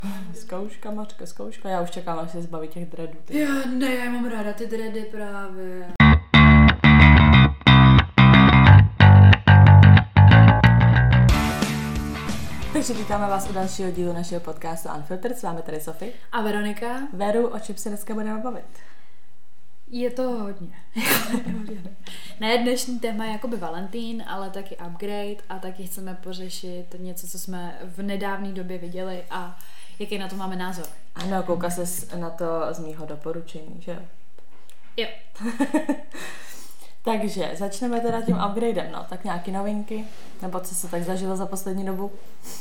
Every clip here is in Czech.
Zkouška, Mařka, zkouška. Já už čekám, až se zbaví těch dreadů. Já mám ráda ty dready právě. Takže vítáme vás u dalšího dílu našeho podcastu Unfiltered. S vámi tady Sofie. A Veronika. Veru, o čem se dneska budeme bavit? Je to hodně. Ne, dnešní téma je jakoby Valentín, ale taky upgrade a taky chceme pořešit něco, co jsme v nedávné době viděli a jaký na to máme názor. Ano, kouká se na to z mýho doporučení, že jo? Jo. Takže začneme teda tím upgradem, no. Tak nějaký novinky? Nebo co se tak zažilo za poslední dobu?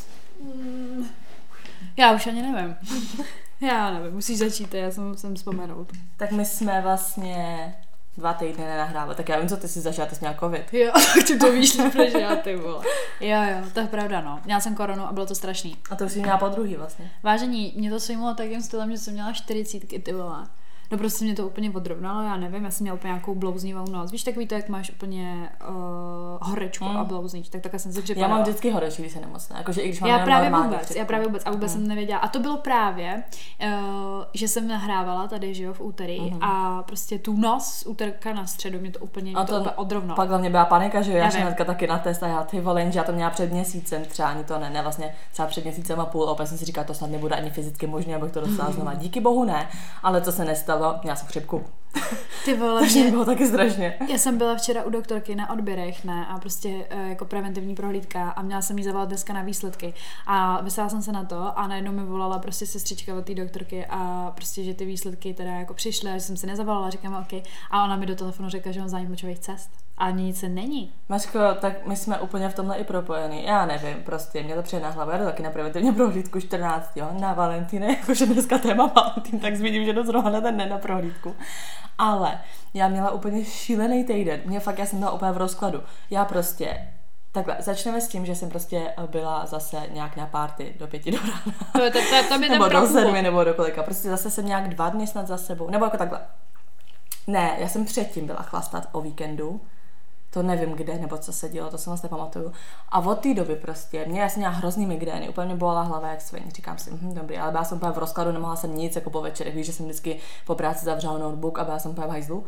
Já už ani nevím. Já nevím, musíš začít, já jsem vzpomenout. Tak my jsme vlastně 2 týdny nenahrávali, tak já vím, co ty si zažila, ty jsi měla covid. Jo, tak to víš, než já, ty vole. Jo, to je pravda, no. Měla jsem koronu a bylo to strašný. A to už jsi měla po druhý vlastně. Vážení, mě to svýmulo takým stylem, že jsem měla 40, ty vole. No prostě mě to úplně odrovnalo, já nevím, já jsem měla úplně nějakou blouznivou noc. Víš, takový to, jak máš úplně horečku a blouzníš, tak takhle jsem si připadala. Já mám vždycky horečku, když jsem nemocná, jakože i když mám já právě vůbec a vůbec jsem nevěděla. A to bylo právě, že jsem nahrávala tady, že jo, v úterý a prostě tu noc z úterka na středu mě to úplně odrovnalo. Pak hlavně byla panika, že jo, já jsem taky na test a já ty vole, že já to měla před měsícem, třeba ani to ne, vlastně třeba před měsícem a půl, a opět jsem si říkala, to snad nebude ani fyzicky možné, abych to dostala znova. Díky bohu ne, ale co se nestalo. Měla jsem chřipku. Ty vole, takže bylo taky strašně. Já jsem byla včera u doktorky na odběrech, ne, a prostě jako preventivní prohlídka a měla jsem jí zavolat dneska na výsledky. A vysela jsem se na to a najednou mi volala prostě sestřička od té doktorky a prostě, že ty výsledky teda jako přišly a že jsem si nezavolala, říkám OK. A ona mi do telefonu řekla, že mám zánět močových cest. A nic není. Mařko, tak my jsme úplně v tomhle i propojení. Já nevím, prostě mě to přijde na hlavu. Já jdu taky na preventivní prohlídku 14. Jo, na Valentíne, jakože dneska téma Valentín, tak zmíním, že jdu zrovna na ten den na prohlídku. Ale já měla úplně šílený týden. Já jsem byla úplně v rozkladu. Já prostě takhle, začneme s tím, že jsem prostě byla zase nějak na party do 5 do rána. To by nebo do 7 nebo do kolika. Prostě zase jsem nějak 2 dny snad za sebou. Nebo jako takhle. Ne, já jsem předtím byla chlastat o víkendu. To nevím kde, nebo co se dělo, to se vlastně pamatuju. A od té doby prostě, já jsem měla hrozný migrény, úplně mě bolela hlava jak sviň. Říkám si, dobrý, ale byla jsem úplně v rozkladu, nemohla jsem nic, jako po večerech, víš, že jsem vždycky po práci zavřela notebook a byla jsem úplně v hajzlu.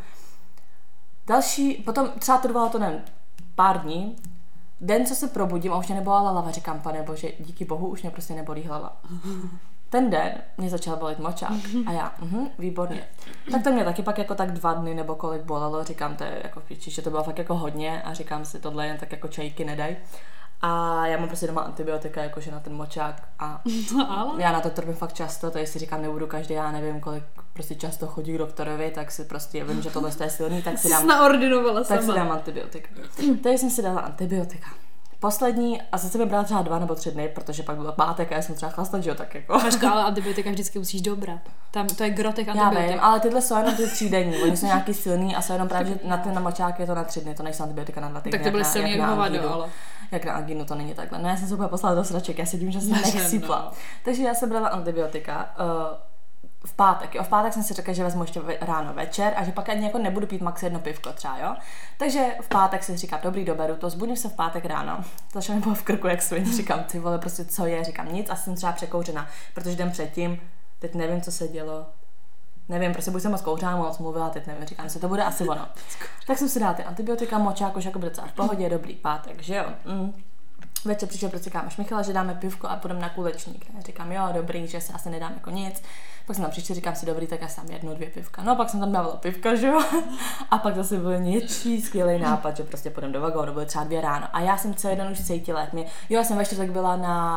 Potom třeba to trvalo to nevím, pár dní, den, co se probudím a už mě nebolela hlava, říkám, pane bože, díky bohu, už mě prostě nebolí hlava. Ten den mě začal bolet močák a já, výborně. Tak to mě taky pak jako tak 2 dny nebo kolik bolelo, říkám, to je jako v píči, že to bylo fakt jako hodně a říkám si, tohle jen tak jako čajky nedaj. A já mám prostě doma antibiotika jakože na ten močák a já na to trpím fakt často, takže si říkám, nebudu každý, já nevím kolik prostě často chodí k doktorovi, tak si prostě vím, že tohle je silný, tak si dám antibiotika. Takže jsem si dala antibiotika. Poslední, a zase mi brala třeba 2 nebo 3 dny, protože pak byl pátek a já jsem třeba chlastat, že jo, tak jako. Mařko, ale antibiotika vždycky musíš dobrat. Tam to je grotek antibiotik. Já vím, ale tyhle jsou jenom ty 3denní, oni jsou nějaký silný a jsou jenom právě, že na ten močák je to na 3 dny, to nejsou antibiotika na 2 týdny. Tak to byly silný jak hovado, ale. Jak na angínu, to není takhle. No já jsem se úplně poslala do sraček, já si tím, že jsem nechsypla. No. Takže já jsem brala antibiotika. V pátek jsem si řekla, že vezmu ještě ráno večer a že pak ani jako nebudu pít max 1 pivko třeba, jo. Takže v pátek si říkám, dobrý, doberu to, zbudím se v pátek ráno. Začala mi bylo v krku, jak svin, říkám, ty vole, prostě co je, říkám nic a jsem třeba překouřena, protože den předtím, teď nevím, co se dělo. Nevím, prostě buď jsem moc kouřila, moc mluvila, teď nevím, říkám si, to bude asi ono. Tak jsem si dala ty antibiotika, močák už jako bude docela v pohodě, dobrý pátek, že jo. Večer přišel prostě kámoš Michala, že dáme pivko a půjdeme na kulečník. Ne? Říkám, jo, dobrý, že se asi nedám jako nic. Pak jsem tam přišel, říkám si, dobrý, tak já jsem 1, 2 pivka. No, pak jsem tam dávala pivka, že jo. A pak zase byl něčí skvělý nápad, že prostě půjdeme do vagónu, bylo třeba 2 ráno. A já jsem celý den už cítila, já jsem ve čtvrtek byla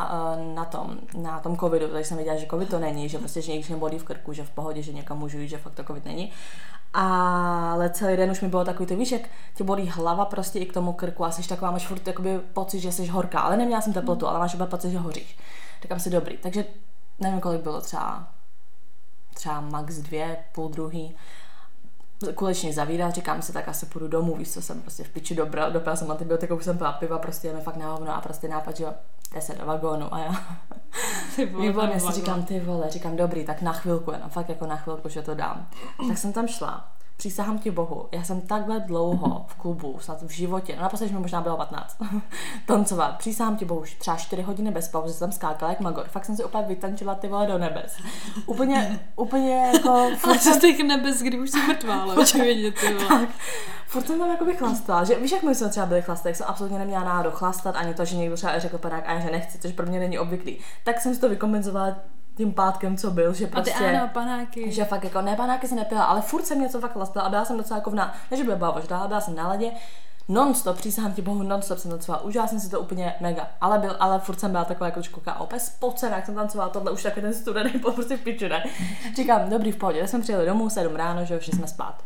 na tom covidu, takže jsem věděla, že covid to není, že prostě, že někdy mě bolí v krku, že v pohodě, že někam můžu jít, že fakt to covid není. Ale celý den už mi bylo takový, ty víš, jak tě bolí hlava prostě i k tomu krku a jsi taková, máš furt jakoby pocit, že jsi horká, ale neměla jsem teplotu, ale máš oba pocit, že hoříš. Říkám si, dobrý, takže nevím, kolik bylo, třeba max 2, půl druhý. Kulečník zavíral, říkám si, tak asi půjdu domů, víš co, jsem prostě v piči dopila jsem antibiotika, už jsem pila piva, prostě jeme fakt na hovno a prostě nápad, že jo, jde se do vagónu a já výborně si říkám, ty vole, říkám, dobrý, tak na chvilku, jenom fakt jako na chvilku, že to dám. Tak jsem tam šla, Přísahám ti bohu, já jsem takhle dlouho v klubu, snad v životě, no naposledy mi možná bylo 15, tancovat. Přísahám ti bohu, třeba 4 hodiny bez pauzy jsem skákala jak magor. Fakt jsem si opět vytančila ty vole do nebes. Úplně jako... Ale co z těch nebes, kdy už jsem mrtvá, ale očividně ty vole. Tak, furt jsem tam jakoby chlastala, že víš, jak my jsme třeba byli chlastat, jak jsem absolutně neměla nárok chlastat, ani to, že někdo třeba řekl panák a já že nechci, což pro mě není obvyklý. Tak jsem si to vykompenzovala tím pátkem, co byl, že prostě... A ty ano, panáky. Že fakt jako, ne, panáky jsem nepila, ale furt jsem něco fakt chlastala a byla jsem docela jako ne, že byla bavoždá, ale byla jsem na ledě, non-stop, přísahám ti bohu, non-stop jsem tancovala, užila jsem si to úplně mega, ale furt jsem byla taková jako čkoka a opět spocená, jak jsem tancovala tohle, už takový ten studený byl prostě v piči, ne? Říkám, dobrý, v pohodě, tak jsme přijeli domů, 7 ráno, že už jsme spát.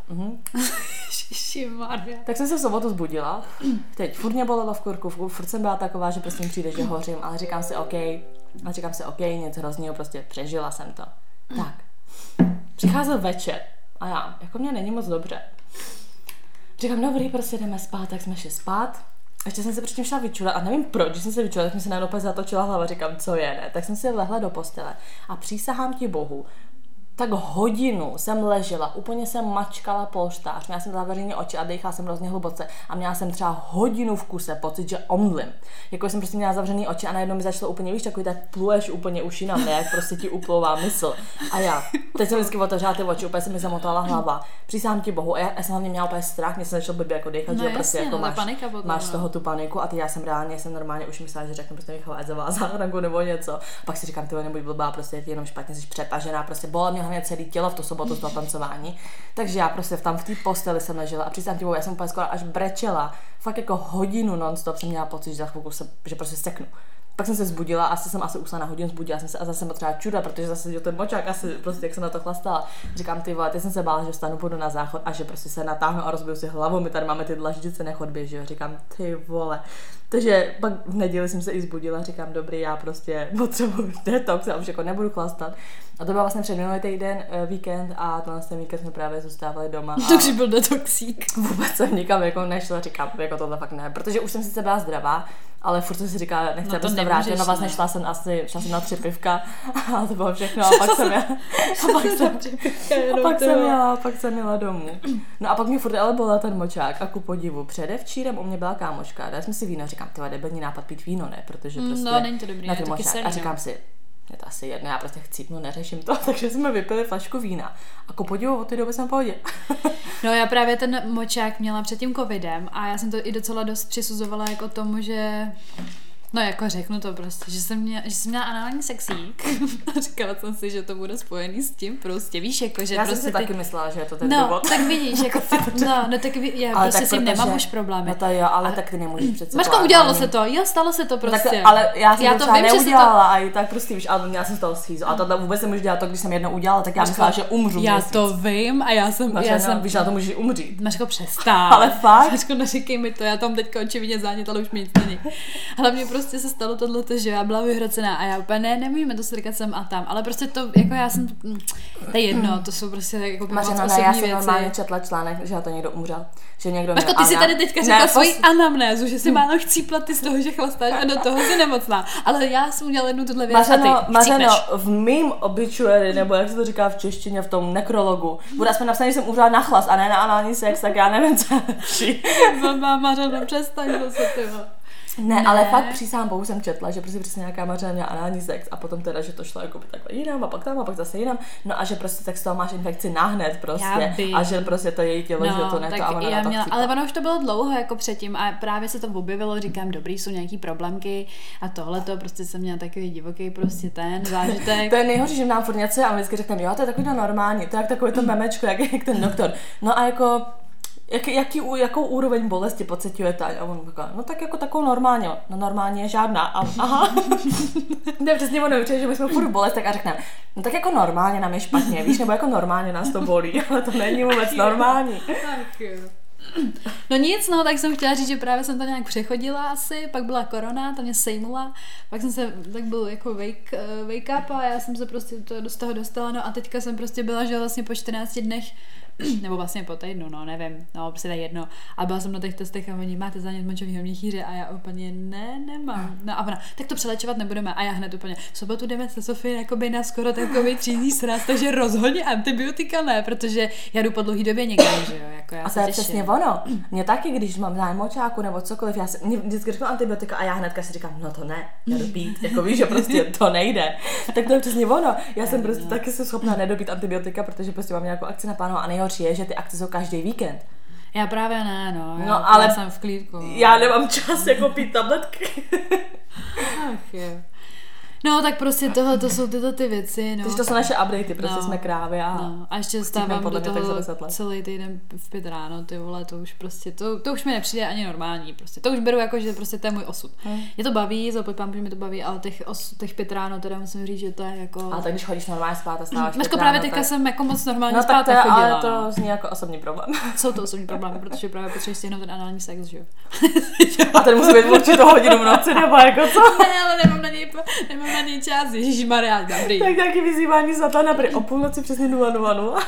Tak jsem se v sobotu zbudila, teď furt mě bolelo v kurku, furt jsem byla taková, že prostě mi přijde, že hořím, ale říkám si OK, něco hroznýho, prostě přežila jsem to. Tak, přicházel večer a já, jako mě není moc dobře. Říkám, dobrý, prostě jdeme spát, tak jsme šli spát. Ještě jsem se předtím šla vyčulat a nevím proč, když jsem se vyčula, tak jsem se najednou opět zatočila hlava, říkám, co je, ne? Tak jsem si lehla do postele a přísahám ti bohu, tak hodinu jsem ležela, úplně jsem mačkala polštář, měla jsem zavřené oči a dechala jsem hrozně hluboce a měla jsem třeba hodinu v kuse pocit, že omdlím. Jako jsem prostě měla zavřené oči a najednou mi začalo úplně, víš, takový tak pluješ úplně ušinám, ne, jak prostě ti uplouvá mysl. A já, teď jsem vždycky otevřela ty oči, úplně se mi zamotala hlava. Přísahám ti bohu a já jsem hlavně měla úplně strach, mě se začalo blbě jako dechat, no že jasně, prostě jako máš z toho tu paniku a ty já jsem normálně už myslela, že řeknu prostě Michal, ať zavá záchranku nebo něco. Pak si říkám, ty nebuď blbá, prostě je ti jenom špatně, jsi přetažená, prostě bolelo mě hlavně celé tělo v tu sobotu z toho tancování. Takže já prostě tam v té posteli jsem ležela a přísahám ti bohu, já jsem úplně skoro až brečela. Fakt jako hodinu non-stop jsem měla pocit, že za chvilku že prostě seknu. Pak jsem se zbudila, asi usla na hodinu, zbudila jsem se a zase jsem potřeba čuda, protože zase ten močák asi prostě jak jsem na to chlastala. Říkám, ty vole, teď jsem se bála, že vstanu, půjdu na záchod a že prostě se natáhnu a rozbiju si hlavu, my tady máme ty dlaždice na chodbě, že jo, říkám, ty vole. Takže pak v neděli jsem se i zbudila, říkám, dobrý, já prostě potřebuji detox, já už jako nebudu chlastat. A to byl vlastně předminulý týden, víkend a ten víkend jsme právě zůstávali doma. Takže byl detoxík. Vůbec jsem nikam jako nešla, říkám, jako tohle fakt ne, protože už jsem sice byla zdravá, ale furt jsem si říkala, nechci, aby se vrátit, no vlastně šla jsem na 3 pivka a to bylo všechno a pak jsem jela domů. No a pak mě furt ale bolel ten močák a ku podivu, předevčírem u mě byla kámoška, dali jsme si víno, říkám, ty debilní nápad pít víno, ne, protože prostě no, není to dobrý, na ty močák a říkám si, je to asi jedno, já prostě chcípnu, neřeším to, takže jsme vypili flašku vína a ku podivu od té doby jsem v pohodě. No já právě ten močák měla před tím covidem a já jsem to i docela dost přisuzovala jako tomu, že no jako řeknu to prostě, že jsem měla anální sexík a říkala jsem si, že to bude spojený s tím prostě, víš, jako že já prostě jsem si taky myslela, že je to ten no, důvod. tak vidíš, jako tak já ale prostě tak, s tím nemám už problémy. No to jo, ale tak ty nemůžeš přece. Mařko, udělalo se to, jo, stalo se to prostě. Tak, ale já jsem to třeba neudělala a i tak prostě víš, ale měla jsem z toho schýzu a tohle vůbec nemůžu dělat to, když jsem jednou udělala, tak já myslela, že umřu. Já to vím a já jsem víš, na to můžeš umřít. Mařko, přestán. Ale fakt? Mařko, neříkej mi to, já tam teďka očividně zánět, ale už mi nic není. Hlavně prostě se stalo tohle, že já byla vyhrocená a já úplně nemůžeme to strkat sem a tam, ale prostě to, jako já jsem, to je jedno, to jsou prostě jako Mařena, osobní já věci. jsem normálně četla článek, že to někdo umřel, že někdo Mařko, ty si tady teďka řekla svoji anamnézu, že si málo chcíplat ty z toho, že chlastáš a do toho si nemocná, ale já jsem udělala jednu tuhle věc Mařeno, v mým obituary, nebo jak se to říká v češtině, v tom nekrologu, bude aspoň napsané, že jsem umřela na chlas a ne na anální sex, tak já nevím, co je lepší. Mařeno, přestaň zase, tyho. Ne, ale fakt přísahám bohu jsem četla, že prostě přesně nějaká Mařena měla anální sex a potom teda, že to šlo jako takhle jinam a pak tam a pak zase jinam, no a že prostě tak z toho máš infekci nahned prostě a že prostě to její tělo, že to ne to a ona na to ale ono už to bylo dlouho jako předtím a právě se to objevilo, říkám, dobrý, jsou nějaký problémky a tohleto prostě jsem měla takový divoký prostě ten zážitek. To je nejhorší, že nám furt něco a my vždycky řekneme, jo, to je takový normální, to je jak takový to memečko, jak ten doktor. No a jako jakou úroveň bolesti pociťujete? A on říká, no tak jako takovou normálně. No normálně je žádná. Aha. Ne, přesně ono určitě, že my jsme furt v bolestech a řekneme, no tak jako normálně nám je špatně, víš, nebo jako normálně nás to bolí, ale to není vůbec normální. Tak jo. No nic, no, tak jsem chtěla říct, že právě jsem to nějak přechodila asi, pak byla korona, ta mě sejmula, pak jsem se, tak byl jako wake up a já jsem se prostě z toho dostala, no a teďka jsem prostě byla, že vlastně po 14 dnech, nebo vlastně po týdnu, no, nevím, no, prostě tak jedno. A byla jsem na těch testech a oni, máte zánět močového měchýře a já úplně, nemám. No a ona, tak to přelečovat nebudeme a já hned úplně, v sobotu jdeme se Sofii jakoby na skoro takový třídní sraz, takže rozhodně antibiotika ne, protože já jdu po dlouhý době někam, že jo, jako já. A to je přesně ono. Mě taky, když mám zájem močáku nebo cokoliv, mě vždycky řeknu antibiotika a já hnedka si říkám, no to ne, já jdu pít, jako víš, že prostě to nejde. Tak to je přesně ono. Já jsem prostě taky schopná nedopít antibiotika, protože prostě mám nějakou akci naplánovanou a nejhorší je, že ty akce jsou každý víkend. Já právě ne, no. No ale já jsem v klídku. Já nemám čas jako pít tabletky. Ach jo. No tak prostě tohle to jsou tyto ty věci, no. Takže to jsou naše updaty, prostě jsme krávy a... No. A ještě stávám do toho celý týden v 5 ráno, ty vole, to už prostě, to už mi nepřijde ani normální, prostě. To už beru jako, že prostě to je můj osud. Mě to baví, zapojím, že mi to baví, ale těch 5 ráno teda musím říct, že to je jako... Ale tak když chodíš normálně spát a stáváš 5 ráno, právě teďka jsem jako moc normálně no, spát nechodila. Ale to zní jako osobní problém. Jsou to osobní problémy, protože právě potřebuješ stihnout ten anální sex, že jo. A ten musí být určitě hodinu v noci, nebo jako co? Ne, ale nemám na něj čas, ježišmarja, dobrý. Tak taky vyzývání satana prý o půlnoci přesně 0:00.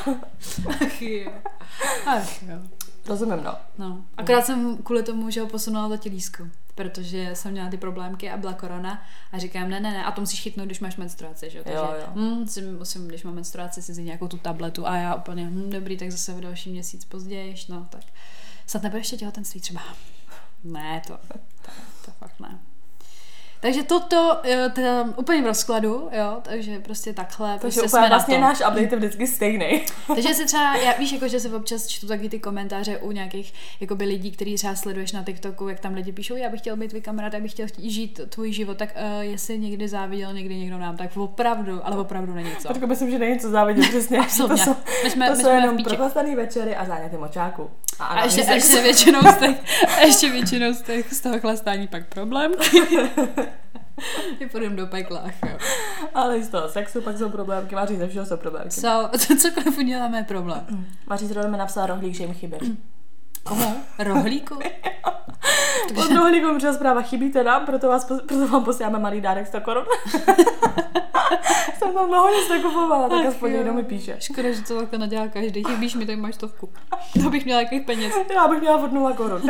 Ach jo. Rozumím, no. No. Akorát jsem kvůli tomu, že ho posunula do tělísku, protože jsem měla ty problémky a byla korona a říkám, ne, a to musíš chytnout, když máš menstruaci, že? Takže musím, když mám menstruaci, si vzít nějakou tu tabletu a já úplně, dobrý, tak zase v další měsíc později, no tak snad nebude ještě těhotenství třeba. Ne, to fakt ne. Takže toto teda úplně v rozkladu, jo, takže prostě takhle. Takže prostě úplně vlastně náš update je vždycky stejný. Takže si třeba, já víš, jako, že si občas čtu taky ty komentáře u nějakých jakoby lidí, který třeba sleduješ na TikToku, jak tam lidi píšou, já bych chtěl být tvůj kamarád, já bych chtěl žít tvůj život, tak jestli někdy záviděl někdy někdo nám, tak opravdu, ale opravdu není co. Tak myslím, že není co závidět, přesně. Absolutně. To jsou jenom prochlastaný večery a záněty močáku. A ještě většinou z toho chlastání pak problém. Je půjdem do pekla, jo. Ale z toho sexu pak jsou problémky, Maří ze všeho jsou problémky. Cokoliv uděláme je problém. Maří zrovna mi napsala rohlík, že jim chybí. Komu? Rohlíku? Od rohlíku mi přišla zpráva, chybíte nám, proto vám posíláme malý dárek 100 korun. Jsem tam mnoho nic nekupovala, tak aspoň někdo mi píše. Škoda, že to takhle nadělá každý. Chybíš mi, tak máš 100. To bych měla jakých peněz. Já bych měla od 0 korun.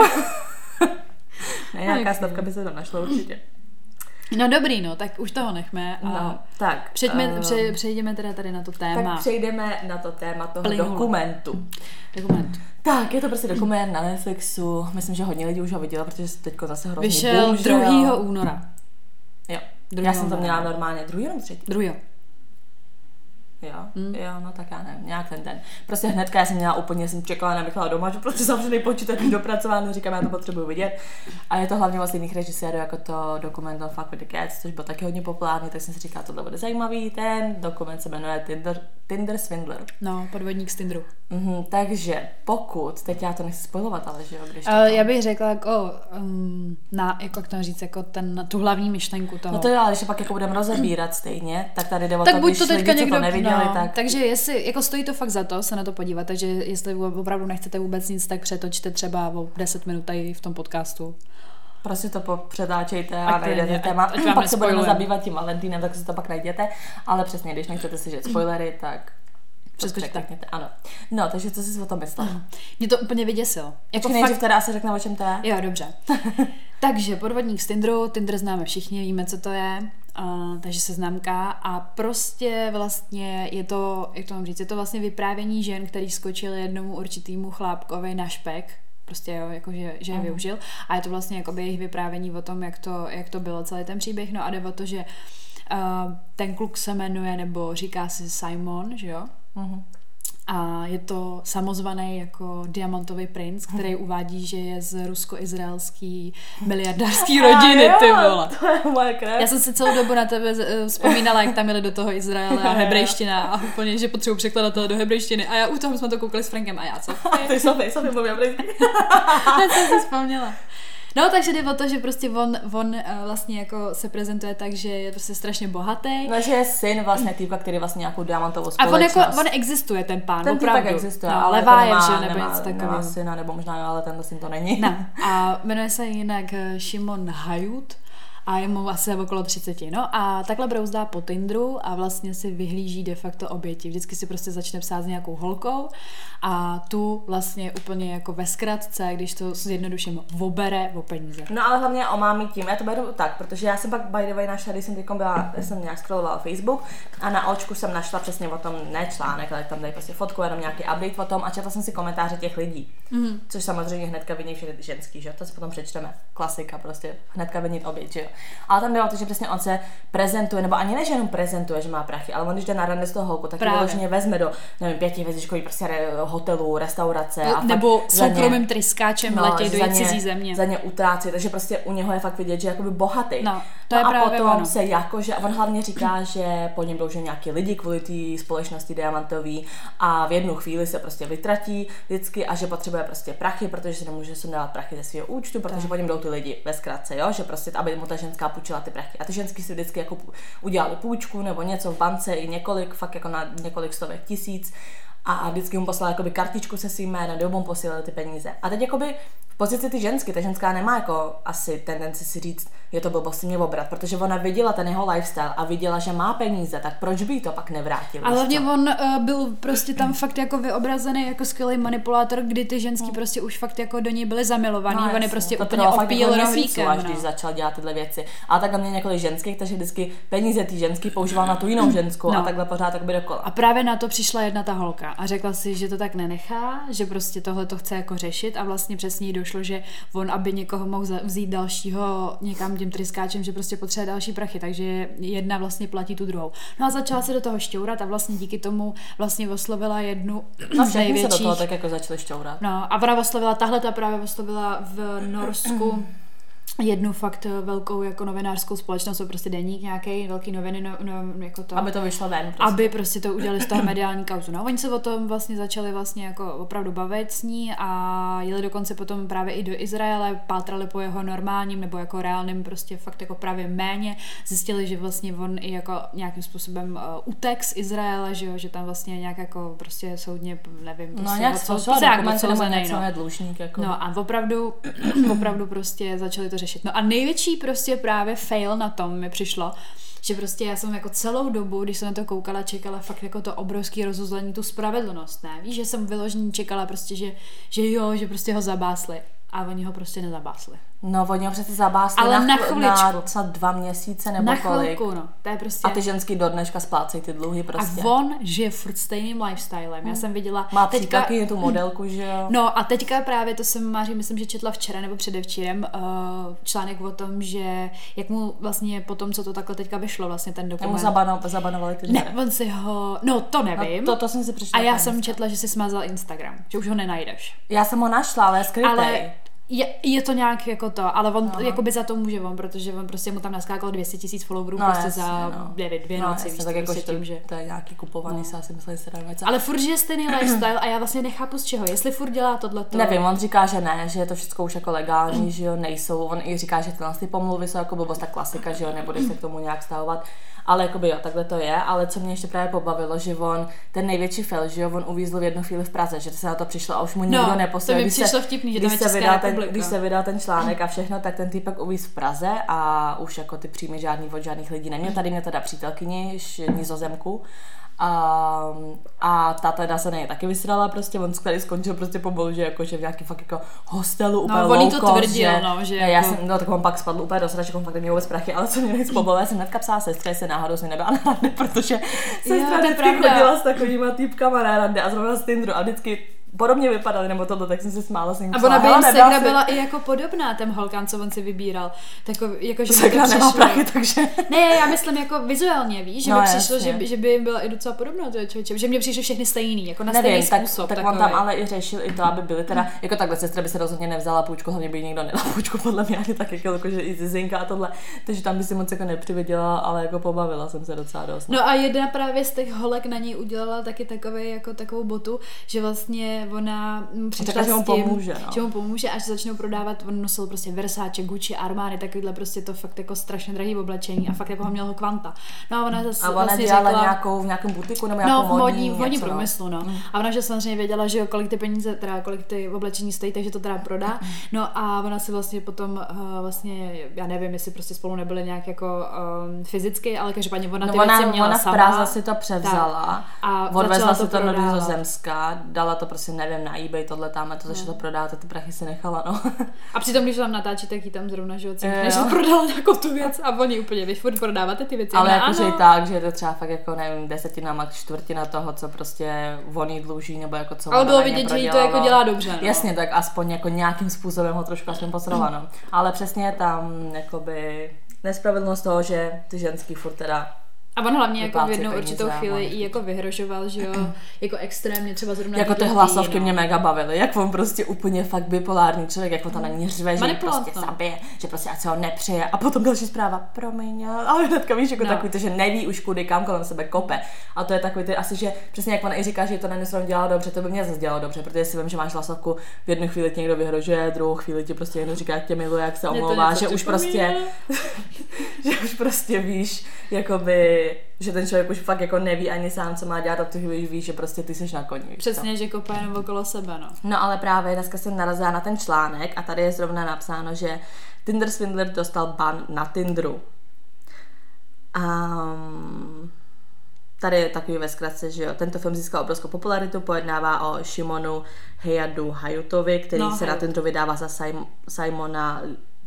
Ne, nějaká stavka by se tam našla určitě. No dobrý, no, tak už toho nechme. No, tak. Přejdeme teda tady na to téma. Tak přejdeme na to téma toho dokumentu. Tak, je to prostě dokument na Netflixu. Myslím, že hodně lidí už ho vidělo, protože se teďko zase hrozně vyšel 2. února. Jo. Já jsem to měla normálně 2. nebo 3. 2. Jo, no tak já nevím, nějak ten den. Prostě hnedka já jsem měla úplně, jsem čekala na Michala doma, že prostě zavřený počítač dopracovaný, říkám, já to potřebuji vidět. A je to hlavně od stejných režisérů jako to dokument on Fuck with the Cats, což byl taky hodně populární, tak jsem si říkala, tohle bude zajímavý. Ten dokument se jmenuje Tinder Swindler. No, podvodník z Tinderu. Takže pokud, teď já to nechci spoilovat, ale že jo, když to já bych řekla jako, jak to říct, jako tu hlavní myšlenku toho. No to jo, ale když pak jako budeme rozebírat stejně, tak tady jde o to, když lidi, co to neviděli, tak... Takže jestli, jako stojí to fakt za to se na to podívat, takže jestli opravdu nechcete vůbec nic, tak přetočte třeba o 10 minut tady v tom podcastu. Prostě to přetáčejte a najdete téma. Pak se budeme zabývat tím Valentínem, tak si to pak najděte, ale přesně, když nechcete slyšet spoilery, tak přeskočte. Ano. No, takže co jsi o tom myslela? Mě to úplně vyděsilo. Jako nejdřív teda asi řekne, o čem to je. Jo, dobře. Takže podvodník z Tinderu, Tinder známe všichni, víme, co to je. Takže seznamka a prostě vlastně je to, jak to mám říct, je to vlastně vyprávění žen, který skočili jednomu určitýmu chlápkovi na špek, prostě jo, jakože že je využil a je to vlastně jakoby jejich vyprávění o tom, jak to bylo celý ten příběh, no a jde o to, že ten kluk se jmenuje, nebo říká si Simon, že jo? A je to samozvaný jako diamantový princ, který uvádí, že je z rusko-izraelský miliardářský rodiny, ty vole. To je moje krev. Já jsem si celou dobu na tebe vzpomínala, jak tam jeli do toho Izraele a hebrejština a úplně, že potřebuji překladatele do hebrejštiny a já u toho jsme to koukali s Frankem a já co? Ty Sofie mluví hebrejsky. Já jsem si vzpomněla. No, takže jde o to, že prostě on vlastně jako se prezentuje tak, že je prostě strašně bohatý. No, že je syn vlastně týpka, který vlastně nějakou diamantovou společnost. A on existuje, ten pán, ten opravdu. Ten existuje, no, ale Levájev, jako že, nebo něco takového. Nemá syna, nebo možná jo, ale tenhle syn to není. No. A jmenuje se jinak Šimon Hajut. A je mu asi okolo 30. No a takhle brouzdá po Tinderu a vlastně si vyhlíží de facto oběti. Vždycky si prostě začne psát s nějakou holkou a tu vlastně úplně jako ve zkratce, když to zjednoduším, obere o peníze. No ale hlavně omámí tím, já to beru tak, protože já jsem pak by the way našla, když jsem nějak scrollovala Facebook a na očku jsem našla přesně o tom, ne článek, ale tam dají prostě fotku, jenom nějaký update o tom a četla jsem si komentáře těch lidí. Což samozřejmě hnedka viní všechny ženský, že to si potom přečteme. Klasika prostě, hnedka vinit oběť, že jo. Ale tam jde o to, že přesně on se prezentuje, nebo ani ne, že jenom prezentuje, že má prachy, ale on když jde na rande z toho holku, tak vyloženě vezme do, nevím, 5hvězdičkový prostě hotelu, restaurace a nebo soukromým tryskáčem letět do cizí země. Za ně utrácí, takže prostě u něho je fakt vidět, že je jakoby bohatý. No, to je právě potom ono. se jakože, on hlavně říká, že po něm jdou nějaký lidi kvůli té společnosti diamantový a v jednu chvíli se prostě vytratí vždycky a že potřebuje prostě prachy, protože si nemůže sundávat prachy ze svého účtu, protože po něm jdou ty lidi ve zkratce, jo, že prostě aby mu ta ženská půjčila ty prachy. A ty ženský si vždycky jako udělali půjčku nebo něco v bance i několik, fakt jako na několik stovek tisíc a vždycky mu poslala jakoby kartičku se svým jménem, kde mu posílali ty peníze. A teď jakoby v pozici ty žensky, ta ženská nemá jako asi tendenci si říct, je to blbost si mě obrat, protože ona viděla ten jeho lifestyle a viděla, že má peníze, tak proč by jí to pak nevrátil? Ale hlavně on byl prostě tam fakt jako vyobrazený jako skvělý manipulátor, kdy ty ženský prostě už fakt jako do něj byly zamilovaný, no, on je prostě to úplně opíjel rohlíkem. Až když začal dělat tyhle věci. A takhle mě několik ženských, takže vždycky peníze ty ženský používal na tu jinou ženskou a takhle pořád tak by dokola. A právě na to přišla jedna ta holka a řekla si, že to tak nenechá, že prostě tohle to chce jako řešit a vlastně přesně jí došlo, že on, aby někoho mohl vzít dalšího někam tím tryskáčem, že prostě potřebuje další prachy, takže jedna vlastně platí tu druhou. No a začala se do toho šťourat a vlastně díky tomu vlastně oslovila jednu z největších. Se do toho tak jako začali šťourat. No a ona oslovila, tahle ta právě oslovila v Norsku jednu fakt velkou jako novinářskou společnost, prostě deník nějaký velký noviny, jako to. Aby to vyšlo ven. Prostě. Aby prostě to udělali z toho mediální kauzu. No, oni se o tom vlastně začali vlastně jako opravdu bavit s ní a jeli dokonce potom právě i do Izraele, pátrali po jeho normálním nebo jako reálným prostě fakt jako právě méně. Zjistili, že vlastně on i jako nějakým způsobem utek z Izraele, že tam vlastně nějak jako prostě soudně, nevím, no nějak dlužník jako. No a opravdu prostě začali to řešit. No a největší prostě právě fail na tom mi přišlo, že prostě já jsem jako celou dobu, když jsem na to koukala, čekala fakt jako to obrovský rozuzlení, tu spravedlnost, ne? Víš, že jsem vyloženě čekala prostě, že prostě ho zabásli. A oni ho prostě nezabásli. No, oni ho přece zabásli ale na docela 2 měsíce nebo na kolik. Chvilku, no. To je prostě... A ty ženský do dneška splácejí ty dluhy prostě. A on žije furt stejným lifestylem. Já jsem viděla... Má přítaky tu modelku, že jo? No a teďka právě to jsem Máří, myslím, že četla včera nebo předevčírem článek o tom, že jak mu vlastně po tom, co to takhle teďka vyšlo, vlastně ten dokument. Mu zabanovali ty Ne, on si ho... No, to nevím. No, to jsem si přišla. A já jsem četla, že si smazal Instagram, že už ho nenajdeš. Já jsem ho našla, ale je skrytej. Ale je to nějak jako to, ale on jakoby za to může on, protože on prostě mu tam naskákalo 200 000 followerů prostě jasně, za 2 noci, víš, tak jako tím, že... To je nějaký kupovaný, se asi mysleli se dávat. Ale furt, že je stejný lifestyle a já vlastně nechápu z čeho, jestli furt dělá tohleto. Nevím, on říká, že ne, že je to všechno už jako legální, že jo, nejsou, on i říká, že ty pomluvy jsou jako blbost, ta klasika, že jo, nebudeš se k tomu nějak stahovat, ale jakoby jo, takhle to je, ale co mě ještě právě pobavilo, že on, ten největší fail, že jo, on uvízl v jednu chvíli v Praze, že se na to přišlo a už mu nikdo neposlal. To mi přišlo vtipný, že tam je Česká republika. Když se vydal ten článek a všechno, tak ten týpek uvízl v Praze a už jako ty příjmy žádný od žádných lidí neměl. Tady mě teda přítelkyni, Nizozemku. A ta teda se nej taky vysrala prostě, on tady skončil prostě pomalu, že jako, že v nějaký fakt jako hostelu úplně low cost, to tvrdil, že ne, já jsem, no tak on pak spadl úplně do sraček, on fakt neměl vůbec prachy, ale co mě nejvíc pobavilo, já jsem hnedka psala sestře, se náhodou s ní nebyla na rande, protože sestra vždycky chodila s takovýma týpkama na rande a zrovna z Tinderu a vždycky podobně vypadaly, nebo tohle, tak jsem si smála s ním. A ona by jim segra byla i jako podobná těm holkám, co on si vybíral. Jako, že segra nemá prachy, takže... Ne, já myslím jako vizuálně, víš, že by přišlo, že by jim byla i docela podobná, že mě přišlo všechny stejný, jako na stejný způsob. Tak on tam ale i řešil i to, aby byly teda, jako takhle sestra by se rozhodně nevzala půjčku, hlavně by jí nikdo nedal půjčku, podle mě ani tak jako že i cizinka a tohle, takže tam by si moc jako nepřivydělala, ale jako pobavila jsem se docela dost. No a jedna právě z těch holek na něj udělala taky takovou botu, že vlastně ona přišla že mu pomůže, no. Že mu pomůže, až začnou prodávat, on nosil prostě Versace, Gucci, Armani, takovýhle prostě to fakt jako strašně drahý oblečení a fakt jako ho měl kvanta. No a ona zase vlastně dělala řekla, v nějakém butiku nebo nějakou v modní průmyslu, no. A ona že samozřejmě věděla, že jo, kolik ty oblečení stojí, takže to teda prodá. No a ona si vlastně potom vlastně, já nevím, jestli prostě spolu nebyly nějak jako fyzicky, ale každopádně ona ty věci měla ona sama. v Praze si to převzala a odvezla si to do Nizozemska, dala to prostě, nevím, na eBay, tohle tam, to začala to prodávat a ty prachy si nechala, no. A přitom, když tam natáčí, tak jí tam zrovna, že že prodala nějakou tu věc a oni úplně, víš, furt prodáváte ty věci. Ale jakože i tak, že je to třeba fakt jako, nevím, 10, max 1/4 toho, co prostě on jí dluží, nebo jako co ale bylo vidět, že jí to jako dělá dobře, no. Jasně, tak aspoň jako nějakým způsobem ho trošku aspoň posrala, no. Ale přesně tam jakoby nespravedlnost toho, že ty ženský furt teda a on hlavně jako v jednou určitou chvíli i jako vyhrožoval, že jo, jako extrémně třeba zrovna jako ty hlasovky mě mega bavily, jak on prostě úplně fakt bipolární člověk, jak on tam na ní řve, že prostě zabije, že prostě ať se ho nepřeje a potom další zpráva, promiň, ale hnedka víš, jako takový to, že neví už kudy, kam kolem sebe kope a to je takový ty asi, že přesně jak ona i říká, že to na dělá dobře, to by mě zase dělalo dobře, protože si vím, že máš hlasovku, v jednu chvíli ti někdo vyhrožuje, druhou chvíli ti prostě někdo říká, jak tě miluje, jak se omlouvá, že už prostě že už prostě víš, jakoby že ten člověk už fakt jako neví ani sám, co má dělat a tu chvíli víš, že prostě ty seš na koni. Přesně, že kopá jenom okolo sebe, no. No ale právě dneska jsem narazila na ten článek a tady je zrovna napsáno, že Tinder Swindler dostal ban na Tinderu. Tady je takový ve zkratce, že jo, tento film získal obrovskou popularitu, pojednává o Šimonu Hejadu Hajutovi, který se na Tinderu vydává za Simona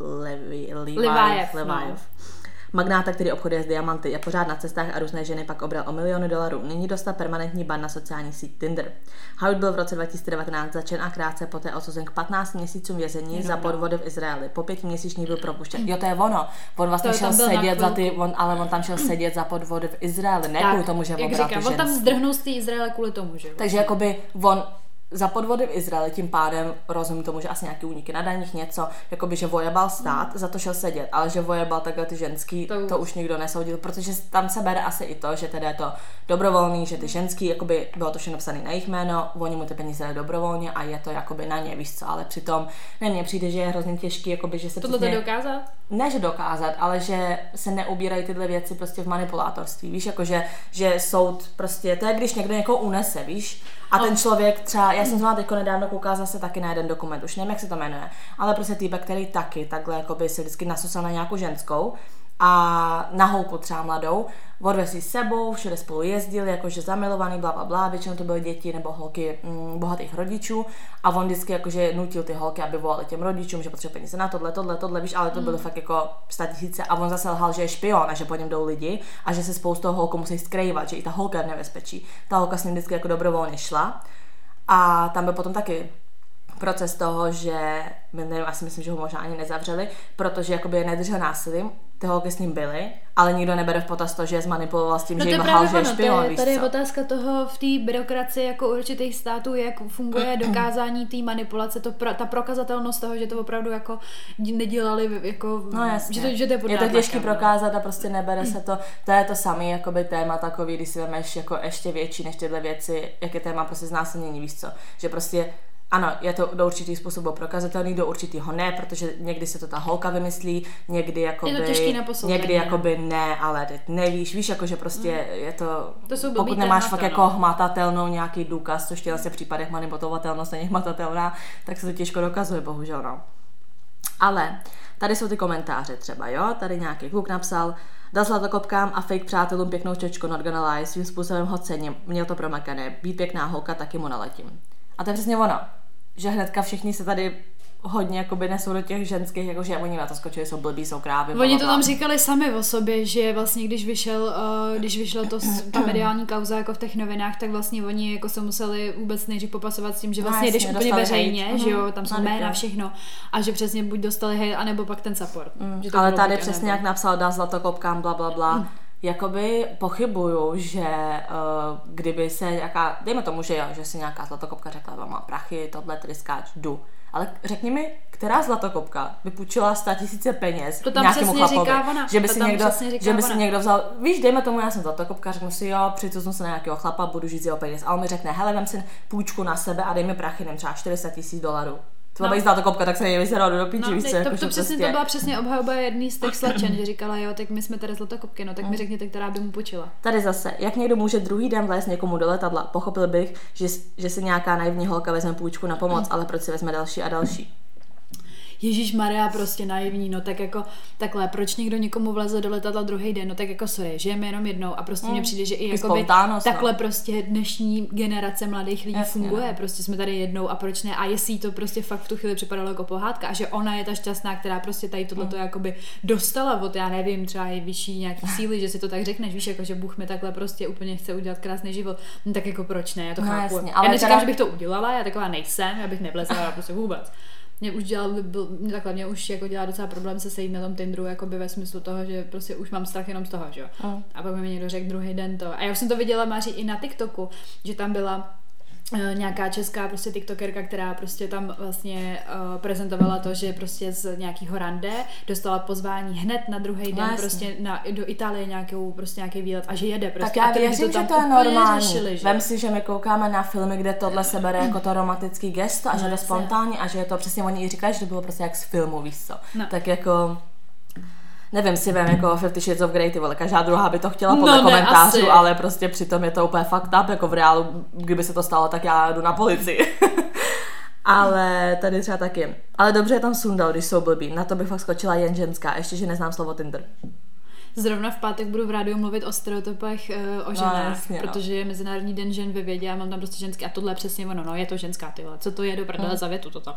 Levajev. Magnáta, který obchoduje s diamanty, je pořád na cestách a různé ženy pak obral o miliony dolarů. Nyní dostal permanentní ban na sociální síť Tinder. Howard byl v roce 2019 začen a krátce poté odsouzen k 15 měsícům vězení za podvody v Izraeli. Po 5 měsících byl propuštěn. Jo, to je ono. On vlastně šel sedět za on tam šel sedět za podvody v Izraeli, ne kvůli tomu, že obral ty ženský. On tam zdrhnul z té Izraele kvůli tomu, že jo. Takže jakoby on za podvody v Izraeli, tím pádem rozumím tomu, že asi nějaký úniky na daních, něco, jakoby, že vojebal stát, za to šel sedět, ale že vojebal takhle ty ženský, to už nikdo nesoudil, protože tam se bere asi i to, že teda je to dobrovolný, že ty ženský, jakoby bylo to všechno napsané na jejich jméno, oni mu ty peníze dají dobrovolně a je to jakoby na ně, víš co, ale přitom, ne, mně přijde, že je hrozně těžký, jakoby, že se tohle to dokázat? Ne, že dokázat, ale že se neubírají tyhle věci prostě v manipulátorství, víš, jakože, že soud prostě, to je, když někdo někoho unese, víš, a ten člověk třeba, já jsem zrovna teďko nedávno koukala zase taky na jeden dokument, už nevím, jak se to jmenuje, ale prostě týpek, který taky takhle jakoby se vždycky nasusal na nějakou ženskou a na holku třeba mladou, odvez si s sebou, všude spolu jezdili, jakože zamilovaný, blablabla, většinou to byly děti nebo holky bohatých rodičů a on vždycky jakože nutil ty holky, aby volali těm rodičům, že potřebuje peníze na tohle, víš, ale to bylo fakt jako 100 000 a on zase lhal, že je špion a že po něm jdou lidi a že se spoustu holkou musí skrývat, že i ta holka je v nebezpečí. Ta holka s ním vždycky jako dobrovolně šla a tam byl potom taky proces toho, že, nevím, asi myslím, že ho možná ani nezavřeli, protože jakoby je nedržel násilím, ty holky s ním byly, ale nikdo nebere v potaz to, že je zmanipuloval s tím, že jim lhal, že je špion, víš co? Tady je otázka toho v té byrokracii jako určitých států, jak funguje dokázání té manipulace, ta prokazatelnost toho, že to opravdu jako nedělali, jako, no jasně. Že to je je to těžký prokázat a prostě nebere se to je to samý jakoby téma takový, když si vemeš jako ještě větší než tyhle věci, jak je téma prostě znásilnění, víš co, že prostě ano, je to do určitý způsobu prokazatelný, do určitýho ne, protože někdy se to ta holka vymyslí, někdy jakoby, je to těžký na posouzení, někdy jakoby ne, ale teď nevíš, víš, jakože prostě je to pokud nemáš fakt no. jako hmatatelnou nějaký důkaz, což v těch případech manipulovatelnost není hmatatelná, tak se to těžko dokazuje, bohužel, no. Ale tady jsou ty komentáře třeba, jo, tady nějaký kluk napsal, dal zlatokopkám a fake přátelům pěknou čočku, not gonna lie, svým způsobem ho cením, měl to promakané, být pěkná holka, taky mu naletím. A to je přesně ono, že hnedka všichni se tady hodně jakoby nesou do těch ženských, jakože oni na to skočili, jsou blbí, jsou krávy. Oni to tam říkali sami o sobě, že vlastně když vyšlo ta mediální kauza jako v těch novinách, tak vlastně oni jako se museli vůbec nejdřív popasovat s tím, že vlastně jdeš úplně veřejně, že jo, tam jsou jména, všechno a že přesně buď dostali hejt, anebo pak ten support. Ale tady přesně jak napsal, dá zlatokopkám, bla bla bla. jakoby pochybuju, že kdyby se nějaká, dejme tomu, že jo, že si nějaká zlatokopka řekla, má prachy, tohle tryskáč, jdu. Ale řekni mi, která zlatokopka by půjčila 100 000 peněz to tam nějakému chlapovi, ona. že by si někdo vzal, víš, dejme tomu, já jsem zlatokopka, řeknu si, jo, přicuznu se na nějakého chlapa, budu žít z jeho peněz. A on mi řekne, hele, vem si půjčku na sebe a dej mi prachy, nevím, třeba $400,000. To byla zlatokopka, tak se mě vyzeralo do píči, víš co, jako, to přesně to byla přesně obhajoba jedný z těch slečen, že říkala, jo, tak my jsme tady zlatokopky, no tak mi řekněte, která by mu půjčila. Tady zase, jak někdo může druhý den vlézt někomu do letadla, pochopil bych, že si nějaká naivní holka vezme půjčku na pomoc, ale proč si vezme další a další? Ježíš Maria, prostě naivní, no tak jako takhle, proč někdo někomu vleze do letadla druhý den, no tak jako sorry, žijeme jenom jednou a prostě mně přijde, že i jakoby takhle prostě dnešní generace mladých lidí funguje, prostě jsme tady jednou a proč ne, a jestli to prostě fakt v tu chvíli připadalo jako pohádka a že ona je ta šťastná, která prostě tady tohleto jakoby dostala od, já nevím, třeba i vyšší nějaký síly, že si to tak řekneš, víš, jako že Bůh mi takhle prostě úplně chce udělat krásný život, no tak jako proč ne, já to chápu. Jasně, já neříkám, že bych to udělala, já taková nejsem, já bych nevlezla prostě vůbec. Mě už jako dělá docela problém se sejít na tom Tinderu, jakoby ve smyslu toho, že prostě už mám strach jenom z toho, že jo. A pak mi někdo řekl druhý den to. A já už jsem to viděla, Máří, i na TikToku, že tam byla nějaká česká prostě tiktokerka, která prostě tam vlastně prezentovala to, že prostě z nějakého rande dostala pozvání hned na druhý den prostě do Itálie nějaký výlet a že jede prostě. Tak já věřím, že to je normální. Řešili, že? Vem si, že my koukáme na filmy, kde tohle se bere jako to romantický gesto a že to spontánní a že je to přesně, oni i říkají, že to bylo prostě jak z filmu, víš co. No. Tak jako nevím, si vem jako 50 Shades of Grey, ty vole, každá druhá by to chtěla podle komentářů, asi. Ale prostě přitom je to úplně fucked up, jako v reálu, kdyby se to stalo, tak já jdu na policii. Ale tady třeba taky. Ale dobře je tam sundal, když jsou blbí, na to bych fakt skočila jen ženská, ještě, že neznám slovo Tinder. Zrovna v pátek budu v rádiu mluvit o stereotypech o ženách, protože je Mezinárodní den žen ve vědě a mám tam prostě ženský a tohle je přesně ono, no je to ženská, tyhle, co to je do prdele za větu toto.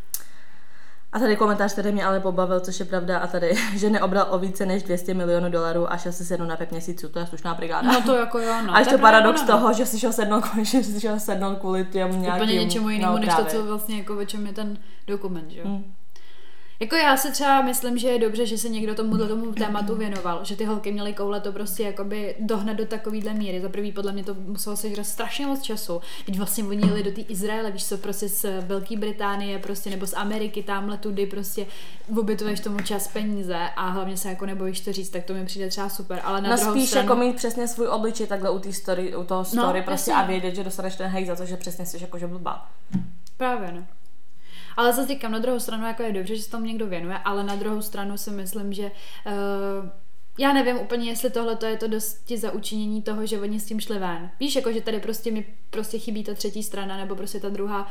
A tady komentář, který mě ale pobavil, což je pravda, a tady, že neobral o více než $200 milionů a šel si sednout na 5 měsíců, to je slušná brigáda. No to jako jo, no. A ještě paradox toho, že si šel sednout kvůli těm nějakým... Úplně něčemu jinému, než to, co vlastně jako o čem je ten dokument, že jo. Jako já si třeba myslím, že je dobře, že se někdo tomu tématu věnoval, že ty holky měly koule to prostě jakoby dohnat do takovýhle míry. Za prvý podle mě to muselo sežrat strašně moc času. Teď vlastně oni jeli do té Izraele, víš co, prostě z Velké Británie prostě, nebo z Ameriky, tamhle tudy prostě obětuješ tomu čas, peníze a hlavně se jako nebojíš to říct, tak to mi přijde třeba super. Ale na druhou spíš stranu... jako mít přesně svůj obličej takhle u toho story prostě a vědět, že dostaneš ten hejt za to, že přesně jsi jakože blbá. Právě, no. Ale zase říkám, na druhou stranu jako je dobře, že se tomu někdo věnuje, ale na druhou stranu si myslím, že já nevím úplně, jestli tohle je to dosti za učinění toho, že oni s tím šli ven. Víš, jako že tady prostě mi prostě chybí ta třetí strana, nebo prostě ta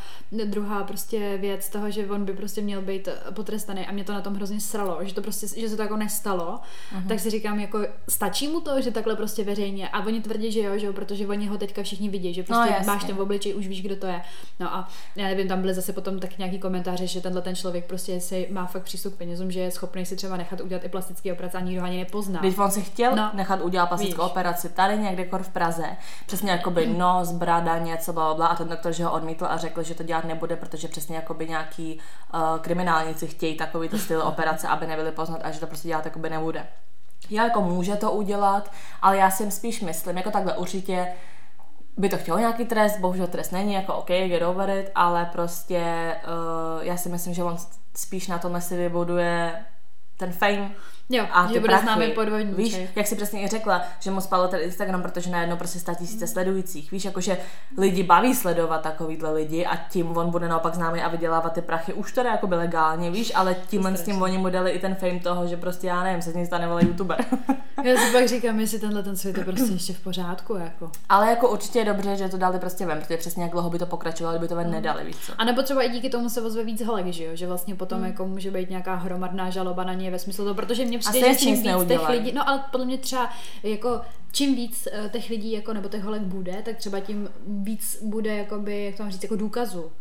druhá prostě věc toho, že on by prostě měl být potrestaný a mě to na tom hrozně sralo, že to prostě, že se to jako nestalo, tak si říkám, jako stačí mu to, že takhle prostě veřejně a oni tvrdí, že jo, protože oni ho teďka všichni vidí, že prostě máš ten obličej, už víš, kdo to je. No a já nevím, tam byly zase potom tak nějaký komentáře, že ten člověk prostě si má fakt přístup k penězům, že je schopný si třeba nechat udělat i plastický operaci a nikdo ani nepozná. Když on si chtěl nechat udělat plastickou operaci tady někde v Praze, přesně jakoby nos, brada, něco, blablabla, a ten doktor, že ho odmítl a řekl, že to dělat nebude, protože přesně jakoby nějaký kriminálníci chtějí takovýto styl operace, aby nebyli poznat a že to prostě dělat jakoby nebude. Já jako může to udělat, ale já si spíš myslím, jako takhle určitě by to chtělo nějaký trest, bohužel trest není, jako OK, get over it, ale prostě já si myslím, že on spíš na tomhle si vybuduje ten fame. Jo, a že bude známý podvodníček. Víš, jak si přesně i řekla, že mu spadl ten Instagram, protože najednou prostě 100 000 sledujících. Víš, jakože lidi baví sledovat takovýhle lidi a tím on bude naopak známý a vydělávat ty prachy už teda jakoby legálně, víš, ale tímhle s tím oni mu dali i ten fame toho, že prostě já nevím, se z něj stane vole youtuber. Já si pak říkám, jestli ten svět je prostě ještě v pořádku, jako. Ale jako určitě je dobře, že to dali prostě ven, protože přesně jak dlouho by to pokračovalo, kdyby to ven nedali, víš co. A nebo třeba i díky tomu se ozve víc holek, že jo, že vlastně potom jako může být nějaká hromadná žaloba na ně ve smyslu toho, protože mě přijde, že čím víc těch lidí, no ale podle mě třeba jako čím víc těch lidí jako nebo těch holek bude, tak třeba tím víc bude jakoby, jak to mám říct, jako důkazů.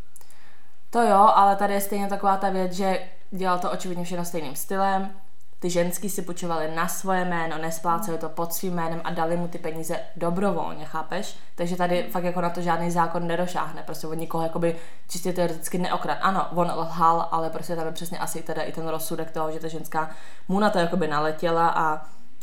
To jo, ale tady je stejně taková ta věc, že dělal to očividně všechno stejným stylem. Ty ženský si půjčovali na svoje jméno, nespláceli to pod svým jménem a dali mu ty peníze dobrovolně, chápeš? Takže tady fakt jako na to žádný zákon nedošáhne, prostě od nikoho jakoby čistě teoreticky neokrad. Ano, on lhal, ale prostě tam je přesně asi teda i ten rozsudek toho, že ta ženská mu na to jakoby naletěla a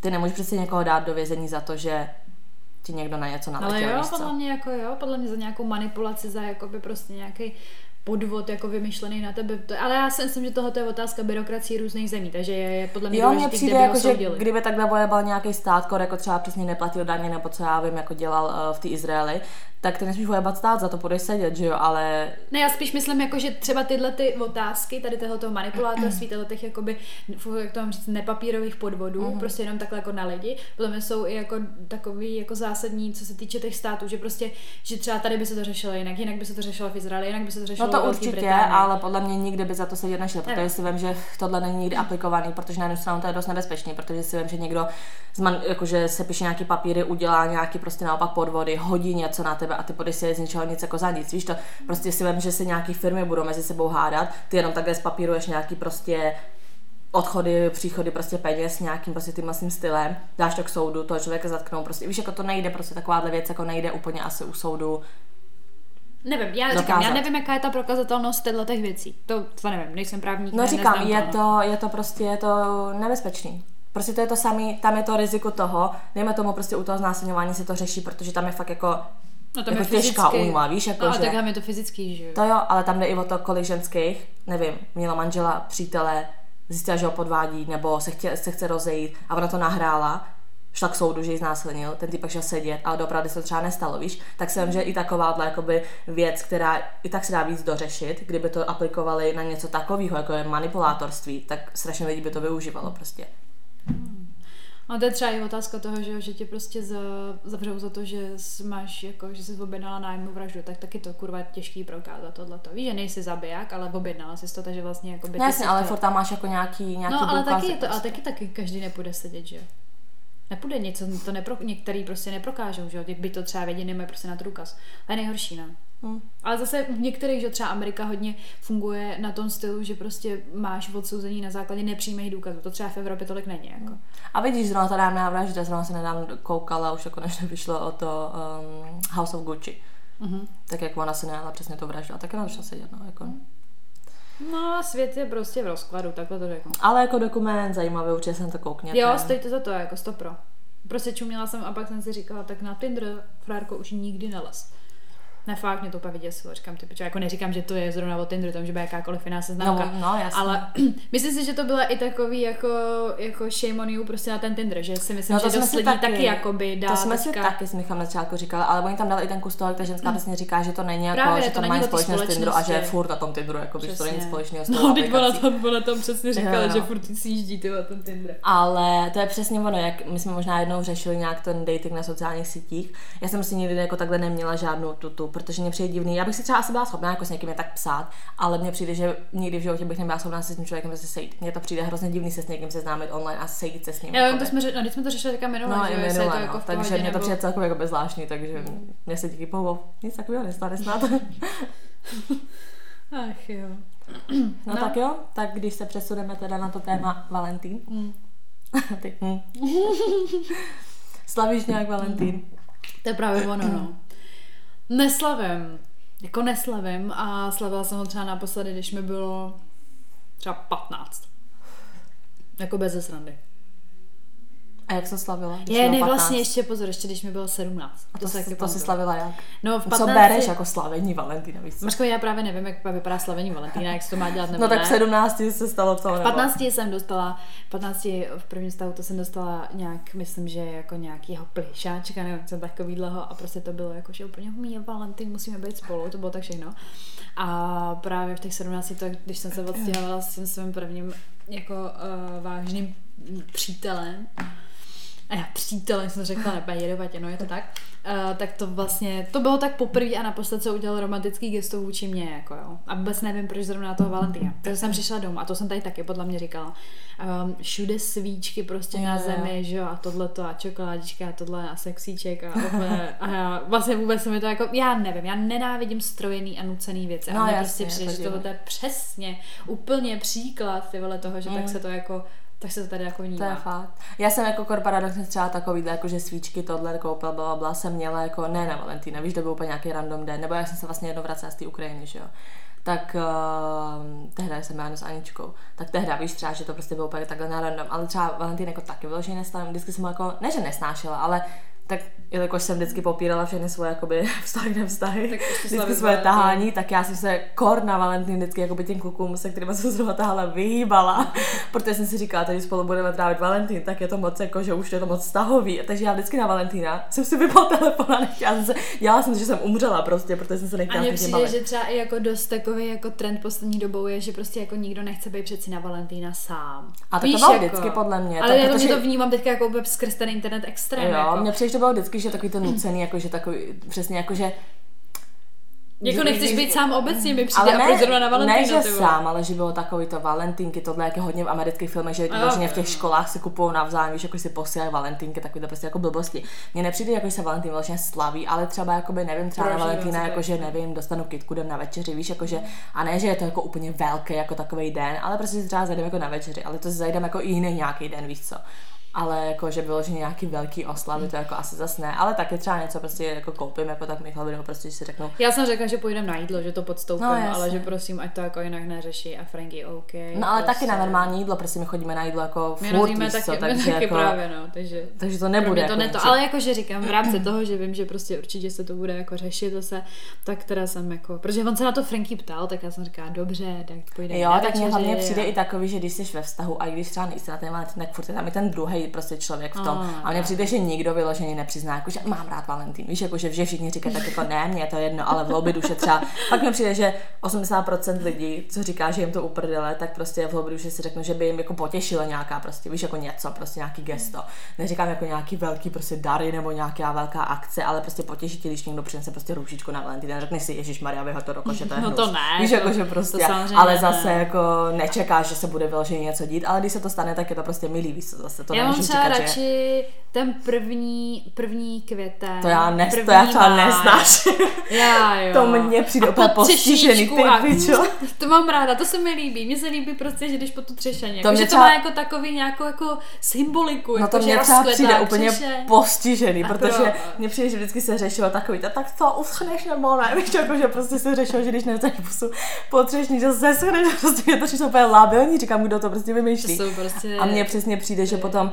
Ty nemůžeš přece někoho dát do vězení za to, že ti někdo na něco naletěl. Ale podle mě za nějakou manipulaci, za jakoby prostě nějaký podvod jako vymyšlený na tebe. Ale já si myslím, že tohle je otázka byrokracie různých zemí, takže je podle mě důležitý, přijde, jako, že kdyby takhle vojebal nějaký stát, jako třeba přesně neplatil daně, nebo co já vím, jako dělal v té Izraeli, tak ty nesmíš vojebat stát, za to půjdeš sedět, že jo, ale... Ne, já spíš myslím, jako, že třeba tyhle ty otázky, tady tohoto manipulátorství, těch jakoby, jak to mám říct, nepapírových podvodů, prostě jenom takhle jako na lidi, potom jsou i jako takový jako zásadní, co se týče těch států, že prostě, že třeba tady by se to řešilo jinak by se to řešilo v Izraeli, jinak by se to řešilo to určitě, ale podle mě nikdy by za to sedět nešel, protože si vím, že tohle není nikdy aplikovaný, protože na jednu stranu to je dost nebezpečný, protože si vím, že někdo jakože se píše nějaký papíry, udělá nějaký prostě naopak podvody, hodí něco na tebe a ty půjdeš si z ničeho nic jako za nic, víš to, prostě si vím, že se nějaký firmy budou mezi sebou hádat, ty jenom takhle spapíruješ nějaký prostě odchody, příchody prostě peněz nějakým prostě tím vlastním stylem, dáš to k soudu, toho člověka zatknou, prostě víš, jako to nejde, prostě takováhle věc jako nejde úplně asi u soudu. Nevím, já nevím, jaká je ta prokazatelnost těch věcí. To nevím, nejsem právník. No říkám, je to nebezpečný. Prostě to je to samý, tam je to riziko toho, dejme tomu prostě u toho znásilňování se to řeší, protože tam je fakt jako jako těžká újma, víš, jako že... tak tam je to fyzický, že jo. To jo, ale tam jde i o to, kolik ženských, nevím, měla manžela, přítele, zjistila, že ho podvádí, nebo se chce rozejít a ona to nahrála, šla k soudu, že ji znásilnil, ten typ šel sedět, ale dopravdy se to třeba nestalo, víš? Tak si vím, že i takováhle jakoby věc, která i tak se dá víc dořešit, kdyby to aplikovali na něco takového, jako je manipulátorství, tak strašně lidí by to využívalo prostě. A to je třeba i otázka toho, že tě prostě zavřou za to, že máš jako, že jsi objednala nájemnou vraždu, tak taky to kurva těžký prokázat tohleto. Víš, že nejsi zabiják, ale objednala jsi to, takže vlastně jako by... Jasně, ale furt tam máš jako nějaký no, ale důkaz. Ale taky každý nepůjde sedět, že jo. Nepůjde něco, některý prostě neprokážou, že jo, by to třeba věděli, nemají prostě na to důkaz. To je nejhorší, ne? Ale zase v některých, že třeba Amerika hodně funguje na tom stylu, že prostě máš odsouzení na základě nepřímých důkazů. To třeba v Evropě tolik není. Jako. A vidíš, zrovna ta dávná vražda, zrovna se nedávno koukala, už jako než vyšlo o to House of Gucci. Tak jak ona si najala přesně to vraždu a taky na to šla sedět, no, jako. No, svět je prostě v rozkladu, takhle to řeknu. Ale jako dokument zajímavý, určitě jsem to koukněte. Jo, stojí to za to, jako 100%. Prostě čuměla jsem a pak jsem si říkala, tak na Tinder, frárko, už nikdy nelez. Ne, fakt, mě to úplně vyděsilo, říkám ty piče, jako neříkám, že to je zrovna o Tinderu, tam, že bude jakákoliv jiná seznamka, no, jasně. Ale myslím si, že to byla i takový jako shame on you prostě na ten Tinder, že si myslím, že dost lidí taky jakoby dá. To jsme si taky s Michalem na začátku říkali, ale oni tam dali i ten kus toho, ta ženská přesně říká, že to není jako, právě, že to mají společného s Tinderu a že je furt na tom Tinderu, jako by to není společného s tou aplikací. No, ona tam přesně říkala, že furt si jíždí ty na ten Tinder. Ale to je přesně ono, jak my jsme možná jednou řešili nějak ten dating na sociálních sítích. Já jsem si nikdy jako takhle neměla žádnou tutu, protože mě přijde divný. Já bych si třeba asi byla schopná jako s někým je tak psát, ale mně přijde, že nikdy v životě bych nebyla schopná se s tím člověkem prostě sejít. Mně to přijde hrozně divný se s někým seznámit online a sejít se s ním. Já vím, když jsme to řešili teďka minule, že minule, to jako v takže pohodě, mě to přijde celkově jako zvláštní, takže mě se díky bohu nic takového nestane snad. Ach jo. No tak jo, tak když se přesuneme teda na to téma Valentín. Ty. Slavíš nějak Valentín? To je právě ono, no. Neslavím a slavila jsem ho třeba naposledy, když mi bylo třeba 15. Jako bez srandy. A jak se slavila? Vlastně ještě pozor, ještě když mi bylo 17. A to si slavila jak? No, v 15... Co bereš jako slavení Valentína? Mařko, já právě nevím, jak vypadá slavení Valentína, jak se to má dělat nebo no tak v 17 se stalo co? V 15 jsem dostala, v prvním stavu to jsem dostala nějak, myslím, že jako nějakýho plišáčka, nebo něco takovýhleho a prostě to bylo jako, že úplně mý Valentín, musíme být spolu, to bylo tak všechno. A právě v těch 17, to, když jsem se odstěhovala s tím svým prvním jako vážným přítelem, a já přítelem jsem řekla, jedovatě, no je to tak, tak to vlastně, to bylo tak poprvé a naposled se udělal romantický gesto vůči mě, jako jo. A vůbec nevím, proč zrovna na toho Valentína. Takže jsem přišla domů a to jsem tady taky podle mě říkala. Všude svíčky prostě na zemi, že jo, a tohleto a čokoládička a tohle a sexíček a já vlastně vůbec se mi to jako, já nevím, já nenávidím strojený a nucený věci. A prostě přijde, že to je přesně úplně příklad ty vole toho, že tak se to jako Tak se to tady jako vnímá. To je fakt. Já jsem jako paradoxně třeba takovýhle, jako že svíčky, tohle koupil, blablabla, jsem měla jako ne na Valentína, víš, to byl úplně nějaký random den, nebo já jsem se vlastně jednou vracela z té Ukrajiny, že jo. Tak tehdy jsem jela s Aničkou, tak tehdy víš třeba, že to prostě bylo úplně takhle na random, ale třeba Valentín jako taky vyloženě nestávam, vždycky jsem jako, ne že nesnášela, ale tak jelikož jsem vždycky popírala všechny svoje jakoby vztahy, vždycky svoje tahání, tak já jsem se na Valentín vždycky jakoby těm klukům, se kterými jsem zrovna tahala, vyhýbala, protože jsem si říkala, když spolu budeme trávit Valentín, tak je to moc jako, že už je to moc vztahový, takže já vždycky na Valentína jsem si vypala telefon a dělala jsem, že jsem umřela prostě, protože jsem se nechtěla s někým bavit. Že třeba i jako dost takový jako trend poslední dobou je, že prostě jako nikdo nechce být přeci na Valentína sám. A to bylo jako vždycky podle mě. Ale já to vnímám teďka jako skrz ten internet extrém. Jo, jako. Mně přijde, že to bylo vždycky, že takový to nucený, jakože takový, přesně jakože jako nechceš být sám obecně, mi přijde a proč zrovna na Valentína. Ne, že sám, ale že bylo takový to valentínky, tohle jak je hodně v amerických filmech, že v těch školách si kupují navzájem, víš, jako si posílají valentínky, takový to prostě jako blbosti. Mně nepřijde, jako že se Valentín vlastně slaví, ale třeba jakoby nevím, třeba na Valentína, jakože nevím, dostanu kytku, jdem na večeři, víš, jakože a ne, že je to jako úplně velký jako takový den, ale prostě si třeba zajdeme jako na večeři, ale to si zajdeme jako i jiný nějaký den, víš co. Ale jako, že bylo, že nějaký velký oslavy, to jako asi zas ne, ale taky třeba něco prostě jako koupím, jako tak Michal video prostě si řeknu. Já jsem řekla, že půjdeme na jídlo, že to podstoupím, ale že prosím, ať to jako jinak neřeší a Franky OK. No ale prostě taky na normální jídlo, prostě my chodíme na jídlo jako furt, víš taky, co, takže taky jako, právě, no, takže to nebude jako to, ale jakože říkám, v rámci toho, že vím, že prostě určitě se to bude jako řešit zase, tak teda jsem jako, protože on se na to Franky ptal, tak já jsem říkala, dobře, tak půjdeme. Jo, tak mně hlavně přijde i takový, že když jsi ve vztahu a když třeba nejsi na ten Valentín, tak furt je tam i ten druhý prostě člověk v tom. A mně přijde, že nikdo vyloženě nepřizná, jako, že mám rád Valentín. Víš, jako, že všichni říkají tak jako ne, mně je to jedno, ale v hloubi duše třeba. Pak mi přijde, že 80% lidí, co říká, že jim to uprdele, tak prostě v hloubi duše si řeknu, že by jim jako potěšilo nějaká prostě, víš, jako něco, prostě nějaký gesto. Neříkám jako nějaký velký prostě dary nebo nějaká velká akce, ale prostě potěší tě, když někdo přinese prostě růžičku na Valentín. Řekni si, Ježišmarja, vyhoď to do koše, to je to ne. Víš, jako, že prostě, ale zase jako nečekáš, že se bude vyloženě něco dít, ale když se to stane, tak je to prostě milý, víš, zase to já mám třeba radši ten první květen. To já třeba neznáš. Jo. To mně přijde úplně postižený, ty pičo. To mám ráda, to se mi líbí. Mně se líbí prostě, že když po tu třešení. To, že to má jako takový nějakou jako symboliku. No jako, to mě třeba přijde úplně postižený, protože mně přijde, že vždycky se řešilo takový, tak to uschneš nebo ne. Víš, jako, že prostě se řešilo, že když nevzeš pusu po třešní, že se schneš, prostě je to všechno úplně labilní, říkám, kdo to prostě vymýšlí. Prostě a mně přesně přijde, že potom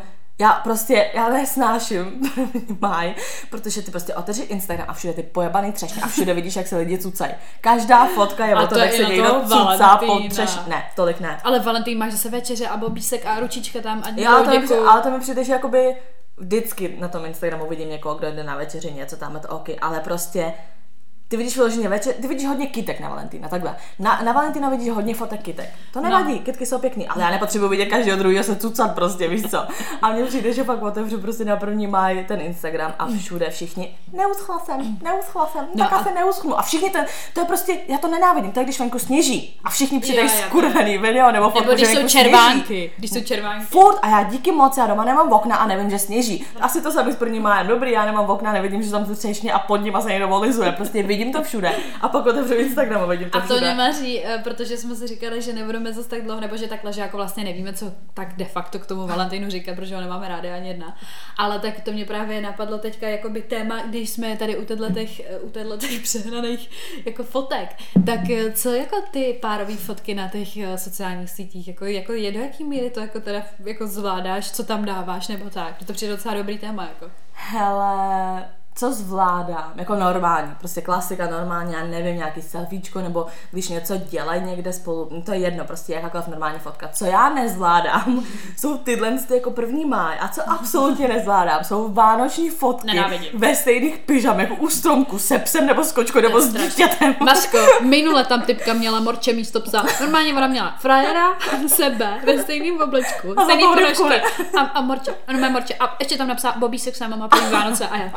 já nesnáším máj, protože ty prostě otevřeš Instagram a všude ty pojebaný třešně a všude vidíš, jak se lidi cucají. Každá fotka je o tom, jak se někdo cucá po třešně. Ne, tolik ne. Ale Valentín máš zase večeře a bobísek a ručička tam a ale to mi přijde, že jakoby vždycky na tom Instagramu vidím někoho, kdo jde na večeři, něco tam je to OK, ale prostě ty vidíš vyloženě večer, ty vidíš hodně kytek na Valentína, takhle. Na Valentína vidíš hodně fotek kytek. To nevadí, kytky jsou pěkný, ale já nepotřebuji vidět každého druhého se cucat prostě, víš co. A mně přijde, že pak otevřu prostě na 1. máj ten Instagram a všude všichni neuschla jsem, tak asi neuschnu. A všichni to je prostě, já to nenávidím, to je když venku sněží a všichni přidají skurvený video nebo fotku, že venku červánky. Když jsou červánky. Furt a já díky moc, já doma nemám okna a nevím, že sněží. Asi to samé s 1. májem. Dobrý, já nemám okna, nevidím, že tam se třešně a pod nima se někdo volizuje. Prostě vidím to všude. A pak otevřu Instagram a vidím to všude. A to nemaří, protože jsme si říkali, že nebudeme zase tak dlouho, nebo že takhle, že jako vlastně nevíme, co tak de facto k tomu Valentínu říkat, protože ho nemáme rádi ani jedna. Ale tak to mě právě napadlo teďka jakoby téma, když jsme tady u těch přehnaných jako fotek. Tak co jako ty párové fotky na těch sociálních sítích, jako je do jaký míry to jako teda jako zvládáš, co tam dáváš nebo tak? To přijde docela dobrý téma jako. Hele, co zvládám, jako normálně, prostě klasika normálně, já nevím, nějaký selfiečko, nebo když něco dělají někde spolu, to je jedno, prostě jakákoliv normální fotka. Co já nezvládám, jsou tyhle jako 1. máj a co absolutně nezvládám, jsou vánoční fotky ve stejných pyžamech u stromku se psem nebo s kočkou nebo s dítětem. Maško, minule tam typka měla morče místo psa, normálně ona měla frajera, sebe, ve stejným oblečku, stejný ponožky a morče, a ještě tam napsala Bobísek s náma má první Vánoce a já ty píč.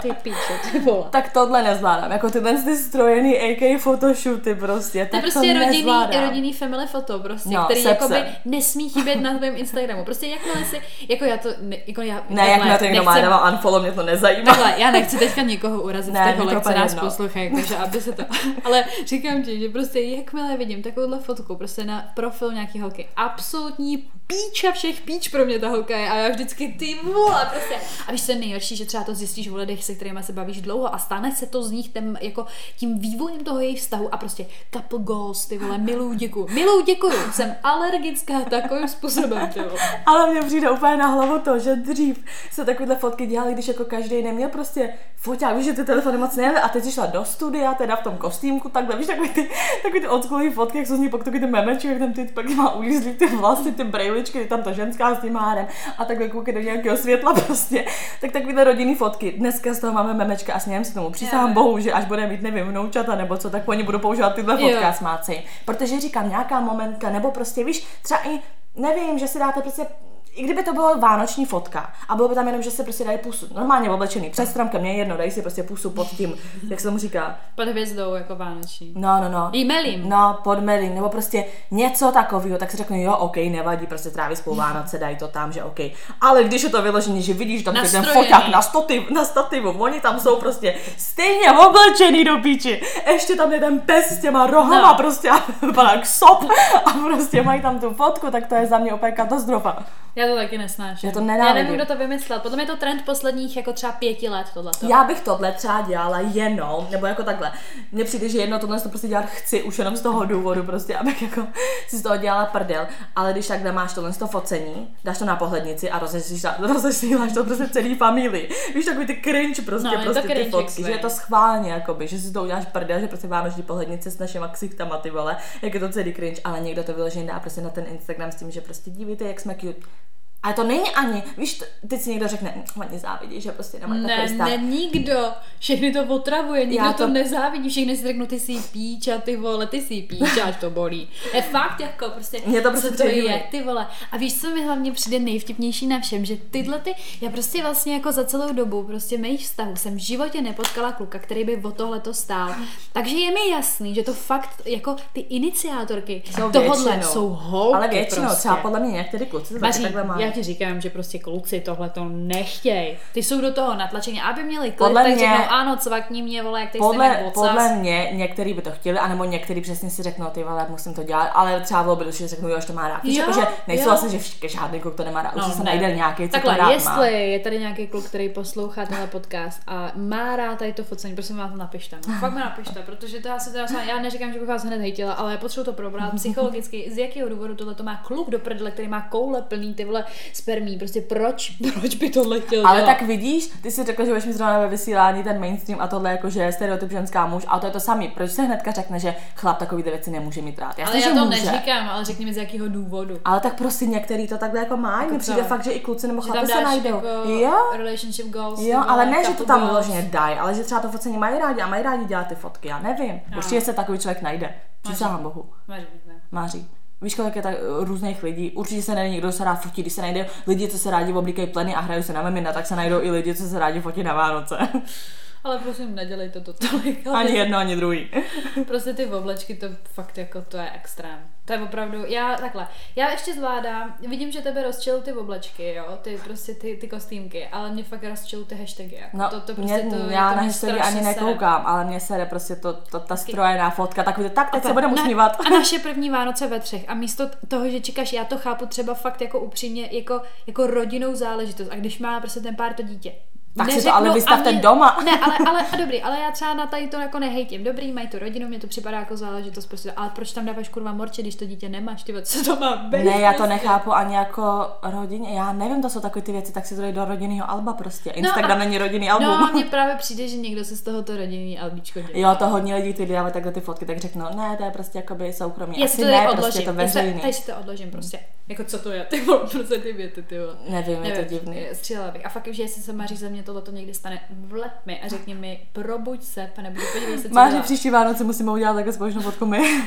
ty vole. Tak tohle nezvládám, jako ty strojený AK photoshooty prostě, to je prostě rodinný family foto prostě, no, který jakoby nesmí chybět na tvém Instagramu. Prostě jakmile si, jako já to, jako já... Ne, jak na to někdo má, dával unfollow, mě to nezajímá. Takhle, já nechci teďka někoho urazit v té holek, co nás poslouchají, takže aby se to... Ale říkám ti, že prostě jakmile vidím takovouhle fotku, prostě na profil nějaký holky, absolutní píča všech píč pro mě ta holka je a já vždycky ty vole prostě. A víš, co je nejhorší, že třeba to zjistíš o lidech, se kterými se bavíš dlouho a stane se to z nich jako tím vývojem toho jejich vztahu a prostě couple goals, ty vole, milou děkuju, jsem alergická takovým způsobem, ty vole. Ale mně přijde úplně na hlavu to, že dřív se takovéhle fotky dělaly, když jako každý neměl prostě foťák, víš, že ty telefony moc nejeli a teď jsi šla do studia, teda v tom kostýmku, takhle, víš, takový ty oldschoolový fotky, jak jsou z ní pak ty memečky, jak tam ty pak má ulízlý ty vlasy, ty brejličky, tam ta ženská s tím hárem a takhle kouky do nějakého světla prostě. Tak takovýhle rodinný fotky. Dneska z toho máme memečka a smějem se tomu. Přísahám Bohu, že až bude mít, nevím, vnoučata nebo co, tak oni budou používat tyhle fotky a smát se jim. Protože říkám, nějaká momentka, nebo prostě víš, třeba i nevím, že si dáte prostě, i kdyby to bylo vánoční fotka a bylo by tam jenom, že se prostě dají pusu, normálně oblečený, před stromkem, mě jedno, dají si prostě pusu pod tím, jak se tomu říká. Pod hvězdou, jako vánoční. No. Jí-melím. No, pod melím, nebo prostě něco takového, tak si řeknu, jo, ok, nevadí, prostě tráví spolu Vánoce, dají to tam, že ok. Ale když je to vyložené, že vidíš tam ten foťák na stativu, oni tam jsou prostě stejně oblečený do píči, ještě tam je ten pes s těma rohama prostě a vypadá jak sop a prostě mají tam tu fotku, tak to je za mě úplně katastrofa. Já to taky nesnáším. Já to nenávidím. Já nevím, kdo to vymyslel. Potom je to trend posledních jako třeba 5 let tohleto. Já bych tohle třeba dělala jenom, nebo jako takhle. Mně přijde, že jedno tohle to prostě dělat chci, už jenom z toho důvodu prostě, abych jako si z toho dělala prdel. Ale když takhle máš tohle to focení, dáš to na pohlednici a rozesíláš to prostě celý familii. Víš, takový ty cringe prostě, no, prostě cringe ty fotky, že je to schválně jakoby, že si to uděláš prdel, že prostě vánoční pohlednice s našima ksichtama, ty vole, jak je to celý cringe, ale někdo to vyloženě dá prostě na ten Instagram s tím, že prostě dívejte, jak jsme cute. Ale to není ani, víš, teď si někdo řekne, oni závidí, že prostě nemají takový stav. Ne, nikdo, všechny to otravuje, nikdo to nezávidí, všechny si řeknou, ty jsi píč a ty vole, ty jsi píč, až to bolí. Je fakt jako prostě, mě to prostě co to je, ty vole. A víš, co mi hlavně přijde nejvtipnější na všem, že já prostě vlastně jako za celou dobu prostě mých vztahů jsem v životě nepotkala kluka, který by o tohleto stál. Takže je mi jasný, že to fakt jako ty iniciátorky tohodle jsou holky. Ale většinou, prostě. Třeba podle mě některé kluci to takhle mají. Já ti říkám, že prostě kluci tohleto nechtěj. Ty jsou do toho natlačení, aby měli klid, tak řeknou, ano, cvakni mě, vole, jak ty jsi podle mě některý by to chtěli, anebo některý přesně si řeknou, ty vole, musím to dělat, ale třeba bylo by duši řeknou, jo, že to má rád. Víš, jakože nejsou asi, že žádný kluk to nemá rád, už se najde nějaký, co to rád má. Jestli je tady nějaký kluk, který poslouchá tenhle podcast a má rád tady to focení, prosím vás to napište. Fakt mi napište, protože to já neříkám, že bych vás hned hejtila, ale já potřebuji to probrat psychologicky, z jakého důvodu tohle to má kluk do prdele, který má koule plný ty vole spermí, prostě proč by tohle chtěl dělat? Ale tak vidíš, ty si řekl, že budeš mít zrovna ve vysílání ten mainstream a tohle jako, že je stereotyp ženská muž, a to je to samý. Proč se hnedka řekne, že chlap takovýhle věci nemůže mít rád? Ale já to neříkám, ale řekni mi z jakého důvodu. Ale tak prostě některý to takhle jako má, mně přijde fakt, že i kluci nebo chlapi se najdou. Jako jo, relationship goals. Jo, ale ne, že to tam vyloženě dají, ale že třeba to focení mají rádi a mají rádi dělat ty fotky, já nevím. Určitě se takový člověk najde. Přísahám Bohu. Máří. Víš, kolik je tak různých lidí. Určitě se najde někdo, kdo se rád fotí, když se najde lidi, co se rádi oblíkají pleny a hrajou se na memina, tak se najdou i lidi, co se rádi fotí na Vánoce. Ale prosím, nedělejte to tolik. Ani jedno, ani druhý. Prostě ty oblečky, to fakt jako, to je extrém. To je opravdu, já ještě zvládám, vidím, že tebe rozčilují ty oblečky, jo, ty prostě ty kostýmky, ale mě fakt rozčilují ty hashtagy, jako. No, já na hashtagy ani nekoukám, ale mě sere prostě ta strojená fotka, takový tak teď se budeme usmívat. A naše první Vánoce ve 3 a místo toho, že čekáš, já to chápu třeba fakt jako upřímně, jako rodinnou záležitost a když má prostě ten pár to dítě. Tak si to ale vystavte doma. Ne, ale dobrý, ale já třeba na tady to jako nehejtím. Dobrý, mají tu rodinu, mě to připadá jako záležitost prostě, ale proč tam dáváš kurva morče, když to dítě nemáš, ty co to má být? Ne, já to nechápu ani jako rodině, já nevím, to jsou takové ty věci, tak si to dej do rodinného alba prostě. Instagram není rodinný album. No, mně právě přijde, že někdo se z tohoto rodinný albíčko dělá. Jo, to hodně lidí, ty dávají takhle ty fotky, tak řeknou, ne, to je prostě jakoby soukromí. Asi to ne, prostě to veřejný. Tady si to odložím prostě. Jako co to je, ty prostě ty věty, ty vole. Nevím, je to divný. Střílela bych. A fakt, že jestli se Maří za mě tohleto někdy stane, vlep mi a řekni mi, probuď se, pane bože, podívej se, co Máří, příští Vánoce musíme udělat takhle společnou fotku my.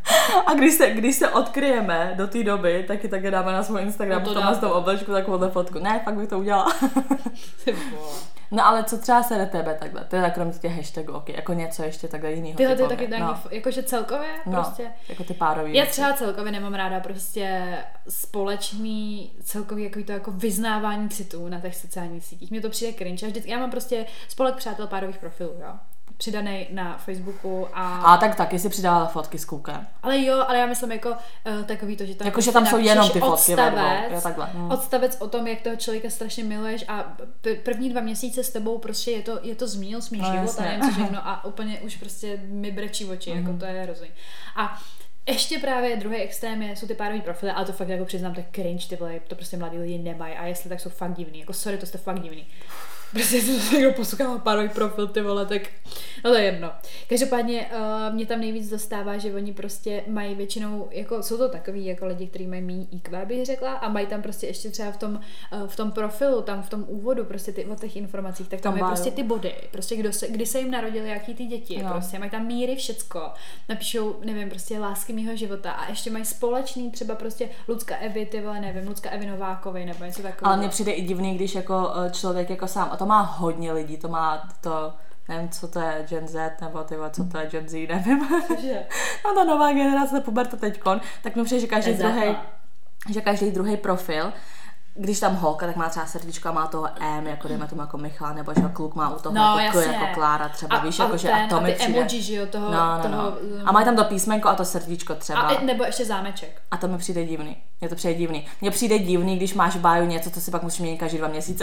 A když se odkryjeme do té doby, taky dáme na svůj Instagram, v tom oblečku takovouhle fotku. Ne, fakt bych to udělala. No ale co třeba sere tebe takhle? Teda kromě těch hashtagů, ok, jako něco ještě takhle jinýho. Tyhle ty taky jakože celkově prostě. Jako ty párový. Já třeba celkově nemám ráda prostě společný celkový jako to jako vyznávání citů na těch sociálních sítích. Mně to přijde cringe. Já mám prostě spolek přátel párových profilů, jo. Přidaný na Facebooku a tak taky si přidávala fotky s klukem. Ale já myslím jako takový to, že tam, jako, že tam jsou jenom ty fotky odstavec o tom, jak toho člověka strašně miluješ a první 2 měsíce s tebou prostě je to zmínil smí život a nevím co všechno a úplně už prostě mi brečí oči, jako to je hrozný. A ještě právě druhý extrém jsou ty párový profily, ale to fakt jako přiznám, to je cringe, ty vole, to prostě mladí lidi nemají a jestli tak jsou fakt divný, jako sorry, to jste fakt divný. Prostě jsem se někdo poslouchala párový profil, ty vole, tak no to je jedno. Každopádně mě tam nejvíc dostává, že oni prostě mají většinou, jako jsou to takový jako lidi, kteří mají méně IQ, bych řekla, a mají tam prostě ještě třeba v tom profilu, tam v tom úvodu prostě ty o těch informacích, tak tam je prostě ty body, prostě kdy se jim narodili, jaký ty děti, prostě mají tam míry, všecko, napíšou, nevím, prostě lásky mýho života a ještě mají společný třeba prostě Lucka Evy, ty vole, nevím, Lucka Evy Novákovej nebo něco takového. Ale mně přijde i divný, když jako člověk jako sám, a to má hodně lidí, to má to, nevím, co to je Gen Z, nebo tyva, co to je Gen Z, nevím. No ta nová generace, puberta teďkon, tak mi přijde, že každý druhý profil, když tam holka, tak má třeba srdíčko a má toho M, jako dejme tomu jako Michal, nebo že kluk má u toho jako Klára třeba, víš, jako že a to mi přijde. Emoji, že jo, toho. A mají tam to písmenko a to srdíčko třeba. A nebo ještě zámeček. A to mi přijde divný. Mně to přijde divný. Mně přijde divný, když máš v bio něco, co si pak musíš měnit každý 2 měsíce.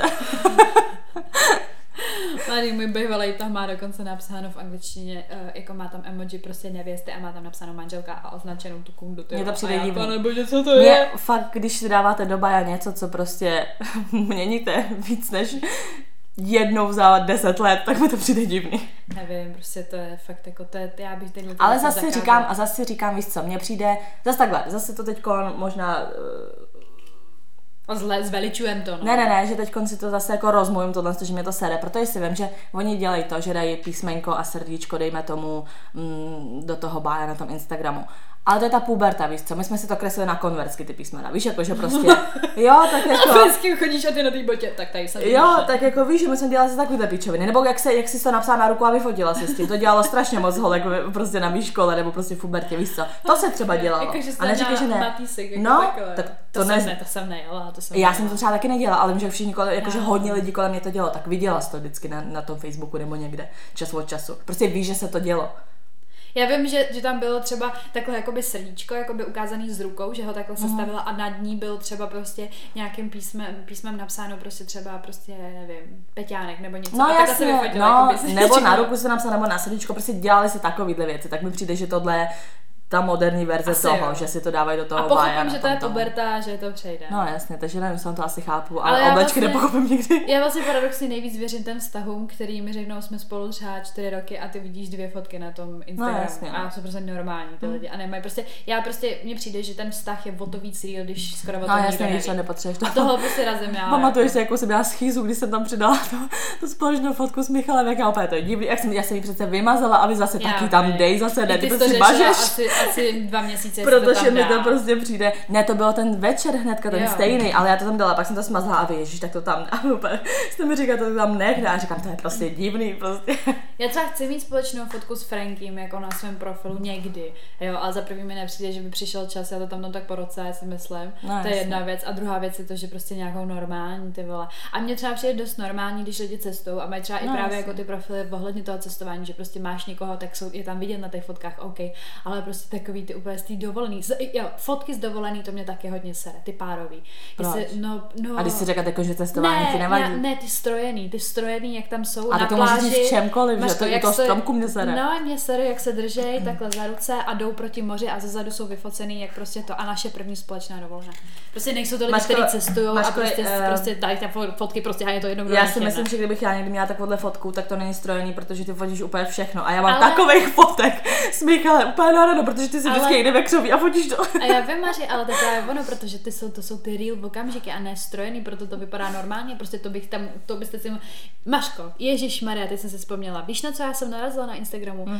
Mladý můj bývalej tam má dokonce napsáno v angličtině, jako má tam emoji prostě nevěsty a má tam napsáno manželka a označenou tu kundu. Mně to přijde divný. Panebože, co to je? Fakt, když si dáváte do baja něco, co prostě měníte víc než jednou za 10 let, tak mi to přijde divný. Nevím, prostě to je fakt jako to je, já bych teď. Ale zase říkám, víš co, mně přijde, zase to teďko možná zveličujem to, no. Ne, že teď si to zase jako rozmluvím tohle, že mě to sere, protože si vím, že oni dělají to, že dají písmenko a srdíčko, dejme tomu do toho bája na tom Instagramu. Ale to je ta puberta, víš co, my jsme si to kreslili na konversky ty písmena, víš, jako že prostě, jo, tak jako. A s kým chodíš a ty na té botě, tak tady jsem. Jo, tak jako víš, že my jsme dělali si takovýhle píčoviny, nebo jak jsi to napsala na ruku a vyfotila si s tím, to dělalo strašně moc holek prostě na mý škole, nebo prostě v pubertě, víš co, to se třeba dělalo. A neříkej, že ne. Matýsek, jako no, tak to jsem nejela, já jsem to třeba taky nedělala, ale vím, že všichni jakože hodně lidí kolem mě to dělo, tak viděla jsi to vždycky na tom Facebooku nebo někde, čas od času. Prostě víš, že se to dělo. Já vím, že tam bylo třeba takhle jakoby srdíčko, jakoby ukázaný z rukou, že ho takhle sestavila a nad ní byl třeba prostě nějakým písmem napsáno prostě třeba prostě, nevím, Peťánek nebo něco. No a jasně, nebo na ruku se napsal, nebo na srdíčko, prostě dělali si takovýhle věci, tak mi přijde, že tohle ta moderní verze asi toho, jo. Že si to dávají do toho a pochopím, že to je puberta, že to přejde. No jasně, takže nevím, jsem to asi chápu, ale oblečky vlastně, nepochopím nikdy. Já vlastně paradoxně nejvíc věřím těm vztahům, který mi řeknou, jsme spolu třeba 4 roky a ty vidíš 2 fotky na tom Instagramu. No, jasně, a jsou prostě normální ty lidi a nemají prostě, mně přijde, že ten vztah je o to víc real, když skoro o to nikdo neví. No nepotřebuješ to. A tohle prostě razem já. Pamatuješ si, jakou jsem měla schýzu, když jsem tam přidala tu společnou fotku s Michalem, jak opět to je divný, já jsem ji přece vymazala a vy zase taky tam dej zase ne, ty to si mažeš. Asi 2 měsíce. Protože mi to prostě přijde. Ne, to bylo ten večer hnedka, ten stejný, ale já to tam dala, pak jsem to smazala a vy, ježiš, tak to tam, a úplně jste mi říkali, to tam nech, a říkám, to je prostě divný, prostě. Já třeba chci mít společnou fotku s Frankiem, jako na svém profilu někdy, jo, ale za první mi nepřijde, že by přišel čas, já to tam tak po roce, já si myslím, no, to je jedna věc a druhá věc je to, že prostě nějakou normální, ty vole. A mně třeba přijde dost normální, když lidi cestují a mají třeba i právě jako ty profily ohledně toho cestování, že prostě máš někoho, tak je tam vidět na těch fotkách, OK, ale prostě takový ty úplně dovolený. Jo, fotky z dovolený, to mě taky hodně sere, ty párový. A když si říkáte, jako, že cestování ti nevadí? Ne, ty strojený, jak tam jsou a na to pláži. A to může v čemkoliv, že to i to stromku mě sere. No, mě sere, jak se držej takhle za ruce a jdou proti moři a zezadu jsou vyfocený, jak prostě to a naše první společná dovolená. Prostě nejsou to lidi, kteří cestujou a prostě tady ty fotky prostě je to jedno. Já si myslím, že kdybych já někdy měla takovouhle fotku, tak to není strojený, protože ty fotíš úplně všechno. A já mám takových fotek s Michalem úplně národo, protože ty si vždycky jde ve křoví a fotíš to. A já vím, Maři, ale to je právě ono, protože to jsou ty real okamžiky a ne strojený, proto to vypadá normálně, prostě to byste si... Maško, ježišmarja, teď jsem se vzpomněla. Víš, na co já jsem narazila na Instagramu?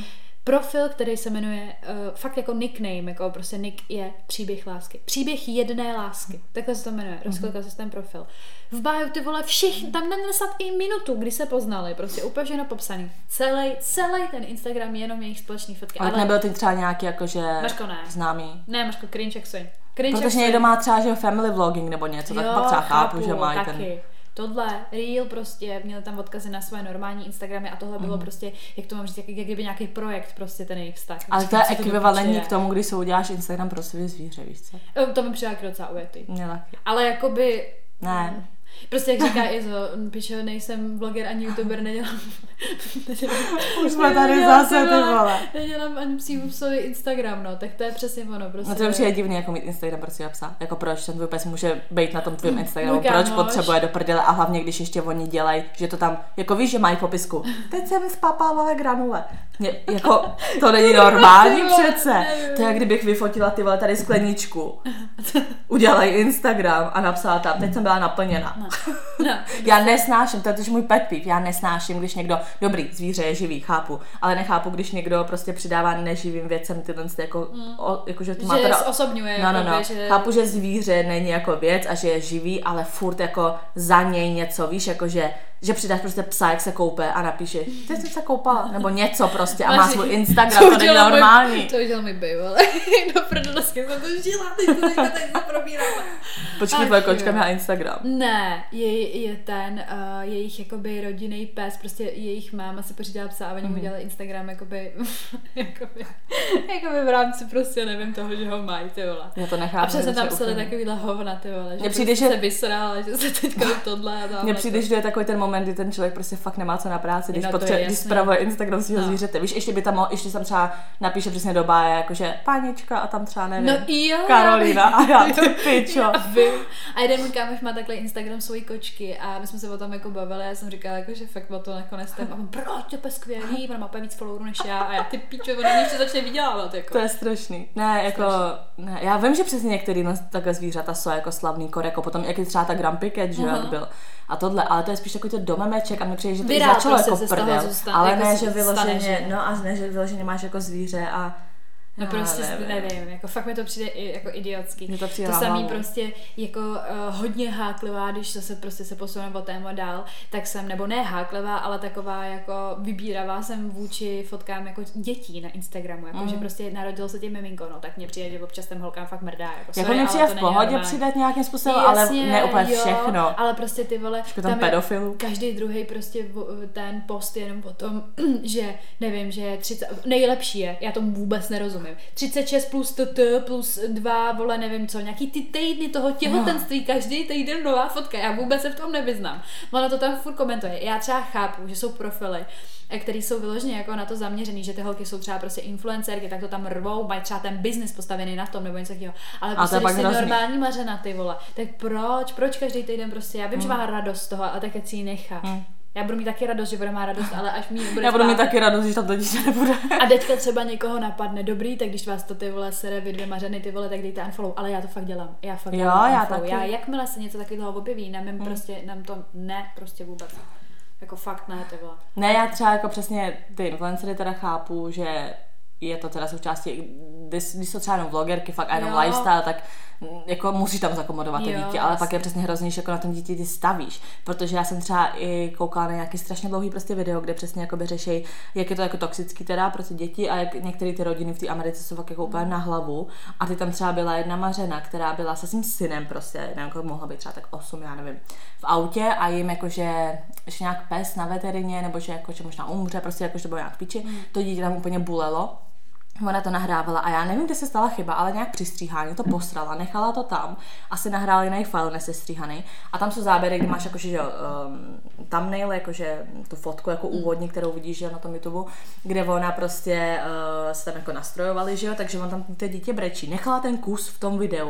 profil, který se jmenuje fakt jako nickname, jako prostě nick je příběh lásky. Příběh jedné lásky. Takhle se to jmenuje. Rozklikal se ten profil. V bio ty vole všichni, tam neměli snad i minutu, kdy se poznali. Prostě úplně všechno popsaný. Celý ten Instagram je jenom jejich společný fotky. Ale nebyl ty třeba nějaký jakože Mařko, ne. známý? Ne, Mařko, cringe jak swing. Protože někdo má třeba, že family vlogging nebo něco, tak pak třeba chápu, že mají taky. ten... Tohle, Reel prostě, měli tam odkazy na své normální Instagramy a tohle bylo prostě, jak to mám říct, jak kdyby nějaký projekt prostě ten jejich vztah. Ale to je ekvivalentní k tomu, když si uděláš Instagram pro svě zvíře, víš co? To mi přijde docela ujetý. Taky. Ale jakoby... Ne. Prostě jak říká Izo, piče, nejsem vloger ani youtuber, nedělám už jsme tady zase, ty vole. Nedělám ani psí Instagram, no, tak to je přesně ono. Prostě. No to je přijde divný, jako mít Instagram pro svého psa. Jako proč ten tvůj pes může být na tom tvém Instagramu, proč potřebuje do prdele a hlavně, když ještě oni dělají, že to tam, jako víš, že mají v popisku. Teď jsem spapávala granule. Jako, to není normální přece. To je, jak kdybych vyfotila ty vole tady skleničku. Udělej Instagram a napsala tam, teď jsem byla naplněna. No. Já nesnáším, to je můj pet peeve, já nesnáším, když někdo, dobrý, zvíře je živý, chápu, ale nechápu, když někdo prostě přidává neživým věcem tyhle jako, jakože to má že teda... osobňuje. No. Že... Chápu, že zvíře není jako věc a že je živý, ale furt jako za něj něco, víš, jakože že přidáš prostě psa, jak se koupe a napíšeš, teď jsem se koupala, nebo něco prostě a má svůj Instagram, to není normální. To udělal mi baby, ale do prdele, s kým jsem to žila, teď se probírala. Počkej, tvoje kočka má Instagram. Ne, je ten jejich jakoby rodinný pes, prostě jejich máma si pořídila psa a oni mu dělali Instagram jakoby v rámci prostě nevím toho, že ho mají, ty vole. Já to nechápu. A přesně tam psali takovýhle hovna, ty vole, že přijde, prostě se vysrala, že se teďka tohle a tohle. Mně přijde, že je takový ten moment, kdy ten člověk prostě fakt nemá co na práci, když spravuje Instagram svého zvířete. Víš, ještě by tam ještě tam třeba napíše přesně do báje, jakože Panička a tam třeba nevím. No jo. Karolína a já ty pičo. A jeden můj kámoš má takhle Instagram svojí kočky a my jsme se o tom jako bavili a já jsem říkala, jako, že fakt o to nakonec tam a on, proč, to je skvělý, ona má úplně víc followerů než já a já ty pičo, ona mě ještě začne vydělávat. Jako. To je strašný. Ne, jako, ne, já vím, že přesně některý takhle zvířata jsou jako slavný koreko, potom jak je třeba ta Grand Piquet, že jak byl. A tohle, ale to je spíš takový to domemeček a mně přijde, že to Vyrál začalo prostě jako prdel, ale jako ne, že vyloženě, no a ne, že vyloženě máš jako zvíře a no prostě nevím, jako fakt mi to přijde jako idiotský. To samý prostě jako hodně háklivá, když se prostě se posuneme od téma dál, tak jsem, nebo ne háklivá, ale taková jako vybíravá jsem vůči fotkám jako dětí na Instagramu, jako že prostě narodilo se tím miminko, no tak mně přijde, že občas ten holkám fakt mrdá. Jako mě přijde v pohodě přidat nějakým způsobem, ale ne úplně všechno. Ale prostě ty vole, tam pedofilu. Každý druhý prostě ten post jenom o tom, že nevím, že 30, nejlepší je, já tomu vůbec nerozumím. 36 plus plus 2, vole, nevím co, nějaký ty týdny toho těhotenství, každý týden nová fotka, já vůbec se v tom nevyznám. Ona to tam furt komentuje. Já třeba chápu, že jsou profily, který jsou vyloženě jako na to zaměřený, že ty holky jsou třeba prostě influencerky, tak to tam rvou, mají třeba ten biznis postavený na tom nebo něco takového. Ale prostě když jsi normální mařena, ty vole, tak proč každý týden prostě, já vím, že má radost z toho, ale tak ať si ji nechá. Já budu mít taky radost, že bude má radost, ale až mi bude. Já budu mít taky radost, že tam to dítě nebude. A teďka třeba někoho napadne, dobrý, tak když vás to ty vole sere, vy dvě mařeny, ty vole, tak dejte unfollow, ale já to fakt dělám. Já fakt dělám unfollow. Já jakmile se něco takového objeví, nám to ne, prostě vůbec. Jako fakt ne, ty vole. Ne, já třeba jako přesně ty influencery teda chápu, že je to teda součástí, když jsou třeba jenom vlogerky, fakt a jenom lifestyle, tak jako musíš tam zakomodovat to dítě, ale pak je přesně hrozný, že jako na tom dítě ty stavíš, protože já jsem třeba i koukala na nějaký strašně dlouhý prostě video, kde přesně jakoby řeší, jak je to jako toxický teda pro ty děti a jak některé ty rodiny v té Americe jsou fakt jako úplně na hlavu a ty tam třeba byla jedna mařena, která byla se svým synem prostě, nevím, jako mohla být třeba tak 8, já nevím, v autě a jim jakože ještě nějak pes na veterině, nebo že jakože možná umře, prostě jakože bylo nějak v piči, to dítě tam úplně bulelo. Ona to nahrávala a já nevím, kde se stala chyba, ale nějak při stříhání to posrala, nechala to tam, asi nahrála jiný file nesestříhaný a tam jsou záběry, kdy máš jakože thumbnail, jakože tu fotku jako úvodní, kterou vidíš že na tom YouTube, kde ona prostě se tam jako nastrojovali, že jo, takže on tam to dítě brečí, nechala ten kus v tom videu,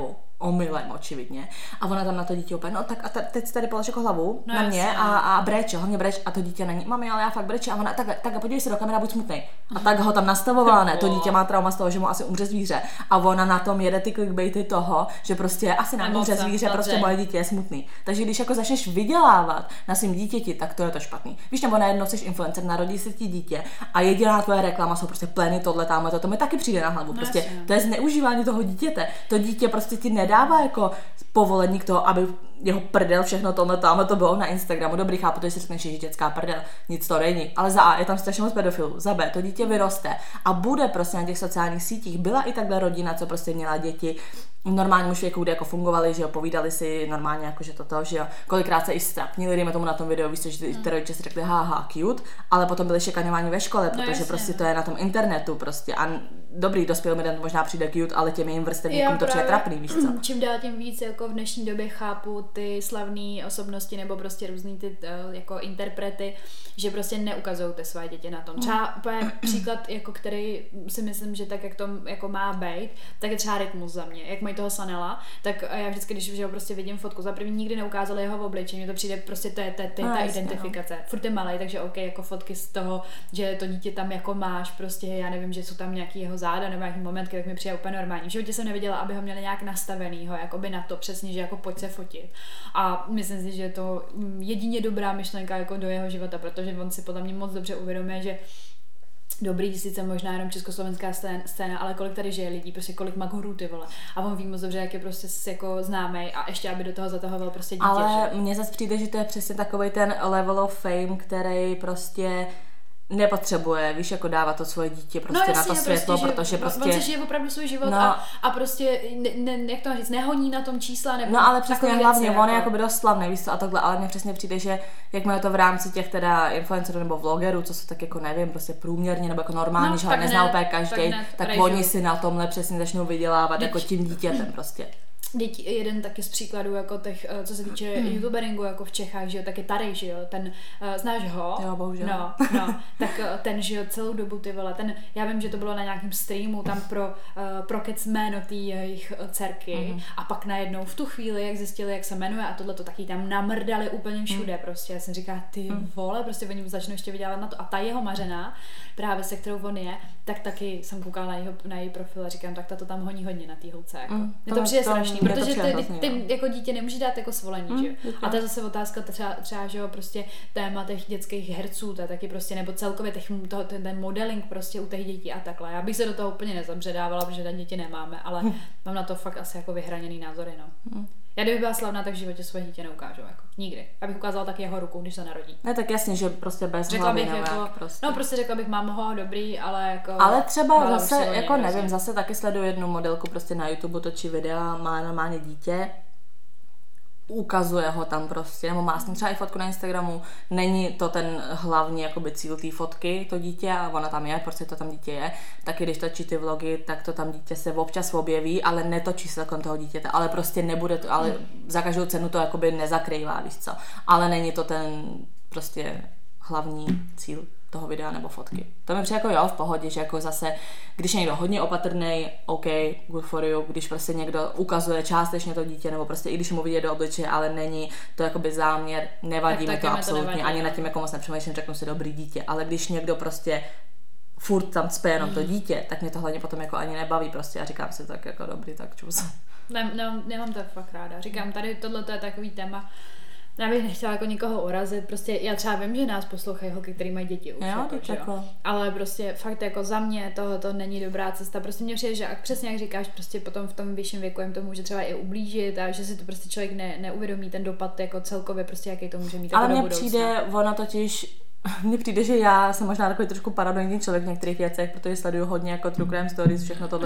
omylem očividně. A ona tam na to dítě úplně, no tak a teď si tady polož jako hlavu na mě a breč, hlavně breč a to dítě na ní, mami, ale já fakt breč a ona tak a podívej se do kamery, buď smutnej. A tak ho tam nastavovala, ne, to dítě má trauma z toho, že mu asi umře zvíře a ona na tom jede ty clickbaity toho, že prostě asi nám umře zvíře, prostě moje dítě je smutný. Takže když jako začneš vydělávat na svým dítěti, tak to je to špatný. Víš, nebo najednou jsi influencer, narodí se ti dítě a jediná tvoje reklama jsou prostě pleny tohle, tamhle, to mi taky přijde na hlavu. Prostě to je zneužívání toho dítěte. To dítě prostě ti nedává jako povolení k toho, aby jeho prdel, všechno tohle, tamhle to bylo na Instagramu. Dobrý, chápu, to si řekneš, že dětská prdel, nic to není. Ale za A je tam strašně moc pedofilů, za B to dítě vyroste a bude prostě na těch sociálních sítích. Byla i takhle rodina, co prostě měla děti v normálním už věku, kde jako fungovali, že jo, povídali si normálně jako, že toto, že jo, kolikrát se i strapnili, dejme tomu na tom videu, víš, že ty rodiče si řekli haha, cute, ale potom byli šikaňováni ve škole, protože prostě to je na tom internetu prostě a dobrý, dospělým lidem to možná přijde cute, ale těm jejím vrstevníkům to přijde trapný, víš co. Čím dál tím víc jako v dnešní době chápu ty slavné osobnosti nebo prostě různý ty jako interprety, že prostě neukazují ty své děti na tom. Třeba příklad, jako který si myslím, že tak jak to jako má být, tak je třeba Rytmus za mě. Jak mají toho Sanela, tak já vždycky, když ho prostě vidím fotku, za první nikdy neukázali jeho obličej, mně to přijde prostě to je ta identifikace. Furt je malej, takže OK, jako fotky z toho, že to dítě tam jako máš, prostě já nevím, že jsou tam nějaký jeho záda nebo nějaký momentky, tak mi přijde úplně normální. V životě jsem neviděla, aby ho měli nějak nastavenýho, jakoby na to přesně, že jako pojď se fotit. A myslím si, že je to jedině dobrá myšlenka jako do jeho života, protože on si podle mě moc dobře uvědomuje, že dobrý, sice možná jenom československá scéna, ale kolik tady žije lidí, prostě kolik magorů, ty vole. A on ví moc dobře, jak je prostě jako známej a ještě aby do toho zatahoval prostě dítě. Ale mně zase přijde, že to je přesně takovej ten level of fame, který prostě nepotřebuje, víš, jako dávat to svoje dítě prostě no, jasně, na to světlo, prostě, protože prostě... On si žije opravdu svůj život a prostě, jak to říct, nehoní na tom čísla nebo... No ale přesně hlavně, on je jako by dost slavný, víš co, a takhle, ale mně přesně přijde, že jakmile to v rámci těch teda influencerů nebo vlogerů, co jsou tak jako nevím, prostě průměrně nebo jako normální, že ho nezná úplně každý, tak oni si na tomhle přesně začnou vydělávat jako tím dítětem prostě. Teď jeden taky z příkladů, jako těch, co se týče youtuberingu, jako v Čechách, že jo, tak je Tary, že jo, ten, znáš ho? Jo, bohužel. No, tak ten, že jo, celou dobu, ty vole, ten, já vím, že to bylo na nějakém streamu, tam pro kec jméno té jejich dcerky a pak najednou v tu chvíli, jak zjistili, jak se jmenuje a tohle to taky tam namrdali úplně všude, prostě, já jsem říkala, ty vole, prostě oni začnou ještě vydělat na to a ta jeho mařená, právě se kterou on je, tak taky jsem koukala na její profil a říkám, tak ta to tam honí hodně na té holce, jako. Mně to přijde strašný, protože ty jako dítě nemůže dát jako svolení, že jo. A to je zase otázka třeba, že jo, prostě téma těch dětských herců, to je taky prostě, nebo celkově ten modeling prostě u těch dětí a takhle. Já bych se do toho úplně nezabředávala, protože tam děti nemáme, ale mám na to fakt asi jako vyhraněný názory, no. Já kdybych byla slavná, tak v životě své dítě neukážu, jako nikdy. Abych ukázala tak jeho ruku, když se narodí. Ne, tak jasně, že prostě bez hlavy prostě. No prostě řekla bych, mám ho, dobrý, ale jako... Ale třeba zase, jako nevím, zase taky sleduju jednu modelku prostě na YouTube, točí videa, má normálně dítě, ukazuje ho tam prostě, nebo má s ním třeba i fotku na Instagramu, není to ten hlavní jakoby cíl té fotky, to dítě, a ona tam je, prostě to tam dítě je, taky když točí ty vlogy, tak to tam dítě se občas objeví, ale netočí se kolem toho dítěte, ale prostě nebude to, ale za každou cenu to jakoby nezakrývá, víš co, ale není to ten prostě hlavní cíl toho videa nebo fotky. To mi přijde jako jo, v pohodě, že jako zase, když je někdo hodně opatrnej, OK, good for you, když prostě někdo ukazuje částečně to dítě, nebo prostě i když mu vidět do obličeje, ale není to jakoby záměr, nevadí mi to absolutně, nevadí, ani nad tím jako moc nepřemýšlím, řeknu si dobrý dítě, ale když někdo prostě furt tam cpe jenom to dítě, tak mě to hlavně potom jako ani nebaví prostě a říkám si tak jako dobrý, tak čus. Nemám to fakt ráda, říkám, tady tohle je takový téma. Já bych nechtěla jako nikoho urazit, prostě já třeba vím, že nás poslouchají holky, který mají děti už, jo. Ale prostě fakt jako za mě to není dobrá cesta, prostě mně přijde, že přesně jak říkáš, prostě potom v tom vyšším věku jim to může třeba i ublížit a že si to prostě člověk neuvědomí ten dopad jako celkově, prostě jaký to může mít. Ale mně přijde, ona totiž mně přijde, že já jsem možná takový trošku paranoidní člověk v některých věcech, protože sleduju hodně jako true crime stories, všechno tohle.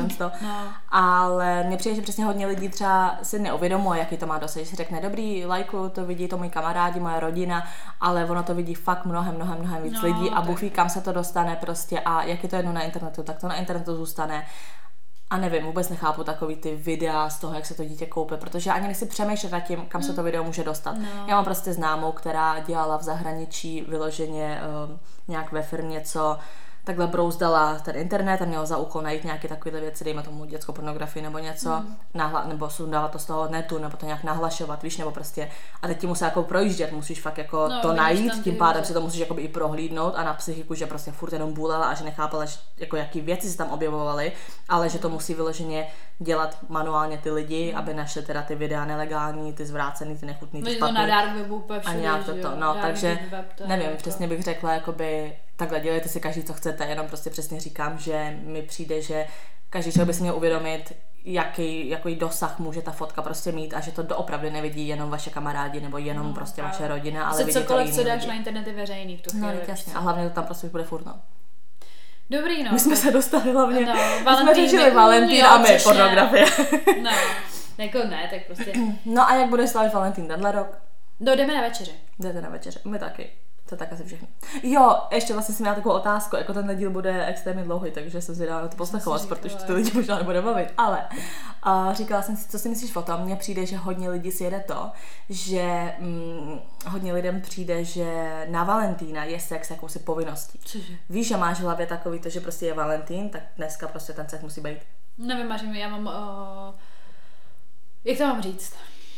Ale mně přijde, že přesně hodně lidí třeba si neuvědomuje, jaký to má dosah, že si řekne dobrý, lajkuju, to vidí to moji kamarádi, moje rodina, ale ono to vidí fakt mnohem víc lidí a Bůh ví, kam se to dostane prostě a jak je to jedno na internetu, tak to na internetu zůstane. A nevím, vůbec nechápu takový ty videa z toho, jak se to dítě koupe, protože ani nechci přemýšlet nad tím, kam se to video může dostat. Já mám prostě známou, která dělala v zahraničí vyloženě nějak ve firmě, co takhle brouzdala ten internet a měla za úkol najít nějaké takové věci, dejme tomu dětskou pornografii nebo něco, nebo sundávat to z toho netu, nebo to nějak nahlašovat, víš, nebo prostě, a teď ti musí jako projíždět, musíš fakt jako to najít, tím pádem si to musíš jakoby i prohlídnout a na psychiku, že prostě furt jenom bůlela a že nechápala, jako jaký věci se tam objevovaly, ale že to musí vyloženě dělat manuálně ty lidi, aby našli teda ty videa nelegální, ty zvrácený, ty nechutný, ty špatný. To na dark webu úplně všude, a nějak to, no, takže nevím, jako... přesně bych řekla, jakoby takhle dělejte si každý, co chcete, jenom prostě přesně říkám, že mi přijde, že každý člověk by si měl uvědomit, jaký dosah může ta fotka prostě mít a že to doopravdy nevidí jenom vaše kamarádi nebo jenom prostě vaše rodina, ale vidí to jiný co dáš lidi. Na internet je veřejný v tu chvíli. No, jasně, a hlavně to tam prostě bude furt, no. Dobrý, no. My jsme se dostali hlavně, no, jsme řešili Valentín a my pornografie. No, jako ne, tak prostě. No a jak bude slavit Valentín tenhle rok? Jdeme na večeři. Jdete na večeři, my taky. To je tak asi všechno. Jo, ještě vlastně jsem měla takovou otázku, jako tenhle díl bude extrémně dlouhý, takže jsem si dala to poslechovat, protože ty lidi možná nebude bavit, ale říkala jsem si, co si myslíš o tom, mně přijde, že hodně lidí si jede to, že hodně lidem přijde, že na Valentína je sex jakousi povinností. Cože? Víš, že máš v hlavě takový to, že prostě je Valentín, tak dneska prostě ten sex musí být. Nevím, já mám, jak to mám říct?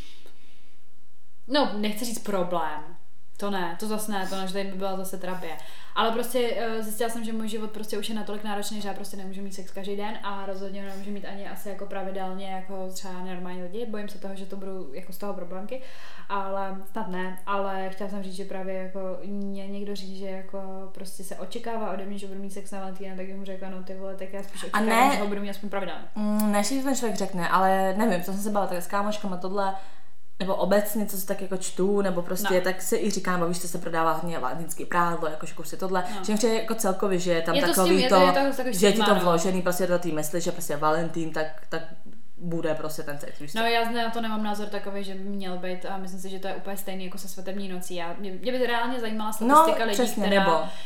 No, nechci říct problém. To ne, to zase ne, že tady by byla zase terapie. Ale prostě zjistila jsem, že můj život prostě už je natolik náročný, že já prostě nemůžu mít sex každý den a rozhodně nemůžu mít ani asi jako pravidelně jako třeba normální lidi. Bojím se toho, že to budou jako z toho problémky, ale snad ne. Ale chtěla jsem říct, že právě jako mě někdo říct, že jako prostě se očekává ode mě, že budu mít sex na Valentína, tak mu řekla, no ty vole, tak já spíš očekávám, že ho budu mít aspoň pravidelně. Než si ten člověk řekne, ale nevím, co jsem se bavila tak s kámoškama tohle. Nebo obecně, co si tak jako čtu, nebo prostě tak si i říká, nebo víš, že se prodává hlavně valentínský prádlo, jakože si tohle, že mi jako celkově, že je tam takový že je ti to vložený prostě do té mysli, že prostě Valentín, tak bude prostě ten sex. No já na to nemám názor takový, že by měl být a myslím si, že to je úplně stejný jako se svatební nocí. Mě by reálně zajímala statistika lidí, přesně,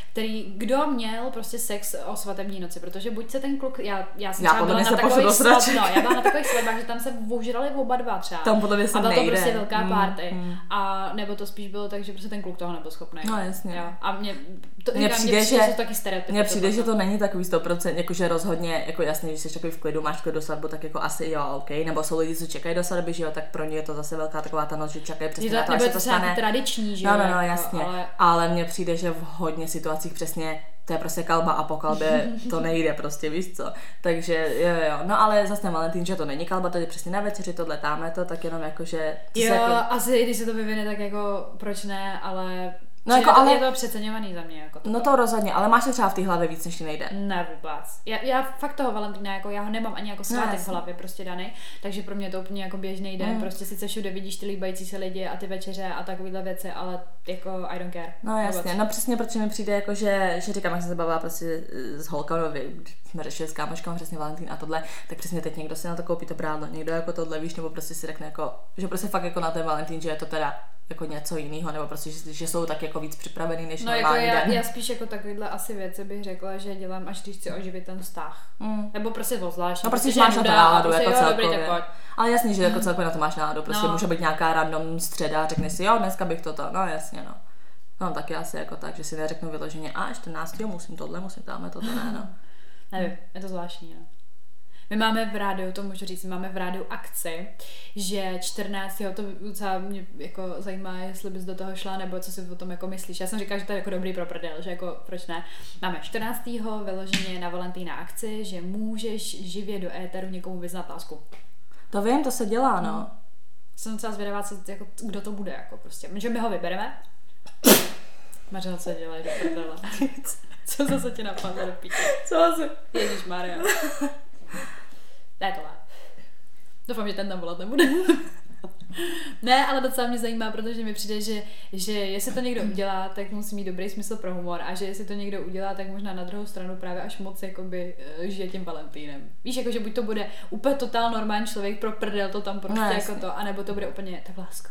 kdo měl prostě sex o svatební noci, protože buď se ten kluk, já jsem třeba byla na takových já byla na takových svatbách, že tam se ožrali oba dva třeba. Tam podle mě se a byla nejde. to prostě velká party. A nebo to spíš bylo tak, že prostě ten kluk toho nebyl schopný. No jasně. Jo. A mně přijde, že to taky stereotypy. Mně přijde, že to není takový 100%, jakože rozhodně, jako jasně, když jsi takový v klidu, máš do svatbu, tak jako asi jo, OK, nebo jsou lidi, co čekají do svatby, že jo, tak pro ně je to zase velká taková ta noc, že čekají přesně na to, až se to stane. Tradiční, že jo. No, jasně. Ale mně přijde, že v hodně situacích přesně to je prostě kalba a po kalbě to nejde prostě, víš co. Takže jo. No ale zase Valentín, že to není kalba, to je přesně na večeři, tohle táme to, tak jenom jakože... Jo, jako... asi když se to vyvine, tak jako proč ne, ale... No jako, ale je to přeceňovaný za mě. Jako no to rozhodně, ale máš to třeba v té hlavě víc, než ti nejde. Ne vůbec. Já fakt toho Valentína, jako já ho nemám ani jako svátek v hlavě prostě daný, takže pro mě to úplně jako běžný den. Prostě sice všude vidíš ty líbající se lidi a ty večeře a takovýhle věci, ale jako I don't care. No jasně, vůbec. No přesně, protože mi přijde jako, že říkám, jak jsem se bavila prostě s holkou, jsme řešili s kámoškou přesně Valentín a tohle, tak přesně teď někdo si na to koupí to prádlo, někdo jako tohle, víš, nebo prostě si řekne jako, že prostě fakt jako na ten Valentín, že je to teda jako něco jiného, nebo prostě, že jsou tak jako víc připravený než normální jako den. Já spíš jako takovýhle asi věci bych řekla, že dělám, až když chci oživit ten vztah. Nebo prostě zvláštní. No prostě máš na to náladu jako celkově. Dobrý, ale jasně, že jako celkově na to máš náladu, prostě může být nějaká random středa, řekneš si, jo, dneska bych toto, no jasně, no. No taky asi jako tak, že si neřeknu vyloženě, 14. musím tohle, musím tamhle toto, ne, no. Nevím, je to zvláštní, no. My máme v rádiu, to můžu říct, máme v rádiu akci, že 14. to docela mě jako zajímá, jestli bys do toho šla, nebo co si o tom jako myslíš. Já jsem říkala, že to je jako dobrý pro prdel, že jako proč ne. Máme 14. vyloženě na Valentína akci, že můžeš živě do éteru někomu vyznat lásku. To vím, to se dělá, no. Jsem docela zvědavá, jako, kdo to bude, jako prostě. Že my ho vybereme. Mařena, co dělají do prdele. Co zase tě napadlo do píče? Co asi? Ježišmarja. Ne, tohle. Doufám, že ten tam volat nebude. Ne, ale docela mě zajímá, protože mi přijde, že jestli to někdo udělá, tak musí mít dobrý smysl pro humor a že jestli to někdo udělá, tak možná na druhou stranu právě až moc jakoby žije tím Valentínem. Víš, jako že buď to bude úplně totál normální člověk pro prdel to tam prostě no, jako to, anebo to bude úplně tak lásko.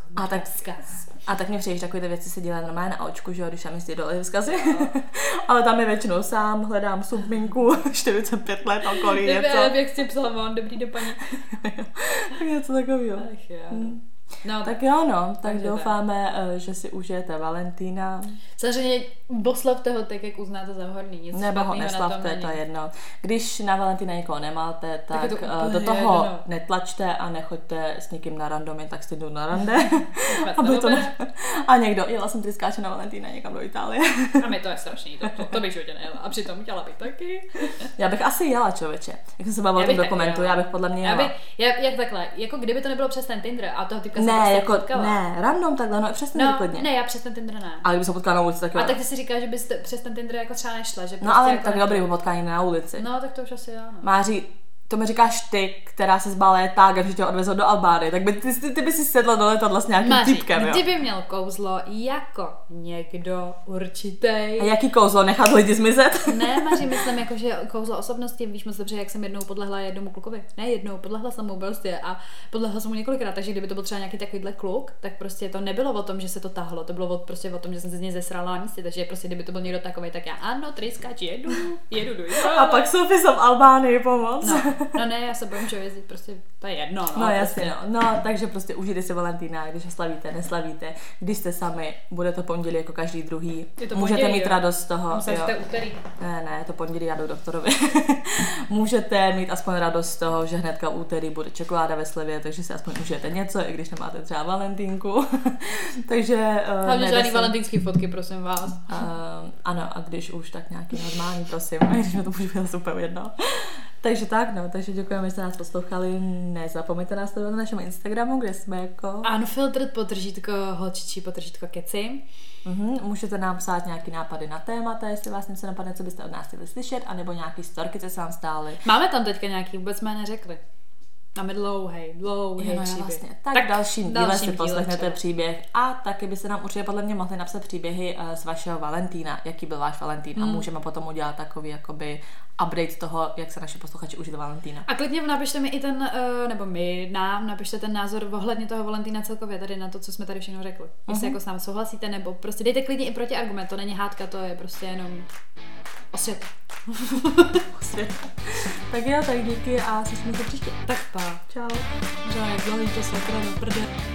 A tak mě přijde, že takové věci se dělají normálně na očku, že jo, když tam jistě dole vzkazy. No. Ale tam je většinou sám, hledám subminku, 45 let okolí něco. Jak jsi psala, mám dobrý do paní. Tak něco takového. Ach jo. No, tak jo, no, tak doufáme, že si užijete Valentína. Samozřejmě oslavte ho tak, jak uznáte za vhodný. Nic nebo ho neslavte, to je jedno. Když na Valentína někoho nemáte, tak do toho netlačte a nechoďte s někým na randomy, tak si jdu na rande. Aby to a někdo, jela jsem tryskáče na Valentína někam do Itálie. A mi to je strašný, to bych životě nejela. A přitom chtěla bych taky. Já bych asi jela, člověče. Jak jsem se bavila o tom dokumentu, já bych podle mě jela. Jak takhle, jako kdyby to nebylo přes ten Tinder a toho typka ne, random takhle, no přes ten klidně. Ne, já přes ten Tinder ne. Ale kdyby se potkala na ulici, tak jo. A tak ty si říkáš, že bys přes ten Tinder jako třeba nešla, že no ale jako tak dobrý potkání na ulici. No tak to už asi jo. No. Máří, to mi říkáš ty, která se zbála letákem, že tě odvezl do Albány, tak by ty by si sedla do letadla s nějakým typkem, jo? Kdyby měl kouzlo jako někdo určitej. A jaký kouzlo? Nechat lidi zmizet? Ne, Maří, myslím jako, že kouzlo osobnosti, víš moc dobře, jak jsem jednou podlehla jednomu klukovi. Ne jednou, podlehla jsem mu prostě a podlehla jsem mu několikrát, takže kdyby to byl třeba nějaký takovýhle kluk, tak prostě to nebylo o tom, že se to tahlo, to bylo prostě o tom, že jsem se z něj zesrala na místě, takže prostě kdyby to byl někdo takový, tak já ano, tryskáč, jedu do a pak Sofie v Albánii pomoc. No ne, já se bojím, že jezdit prostě, to je jedno. No jasně, prostě. No, takže prostě užijte si Valentína, když ho slavíte, neslavíte, když jste sami, bude to pondělí jako každý druhý. Můžete mít radost z toho. Myslím, že to je úterý. Ne, to pondělí, já jdu doktorovi. Můžete mít aspoň radost z toho, že hnedka úterý bude čokoláda ve slevě, takže si aspoň užijete něco, i když nemáte třeba Valentínku. Takže hlavně žádný valentínský fotky, prosím vás. Ano, a když už, tak nějaký normální, prosím, když mi to může být super jedno. Takže tak, no, takže děkujeme, že jste nás poslouchali. Nezapomeňte nás sledovat na našem Instagramu, kde jsme jako Unfiltered _holčičí _keci. Můžete nám psát nějaký nápady na témata, jestli vás něco napadne, co byste od nás chtěli slyšet, anebo nějaký storky, co se vám stály. Máme tam teďka nějaký, vůbec jsme neřekli. Máme dlouhý příběh. Vlastně. Tak dalším díle si poslechnete příběh a taky by se nám určitě podle mě mohli napsat příběhy z vašeho Valentína, jaký byl váš Valentín a můžeme potom udělat takový jakoby update toho, jak se naši posluchači užili Valentína. A klidně napište mi i ten, nebo napište ten názor ohledně toho Valentína celkově tady na to, co jsme tady všechno řekli. Jestli jako s námi souhlasíte, nebo prostě dejte klidně i protiargument, to není hádka, to je prostě jenom osvět. Tak jo, tak díky a slyšíme se příště. Tak pa. Čau. Možná jak dlouhý to sakra do prde.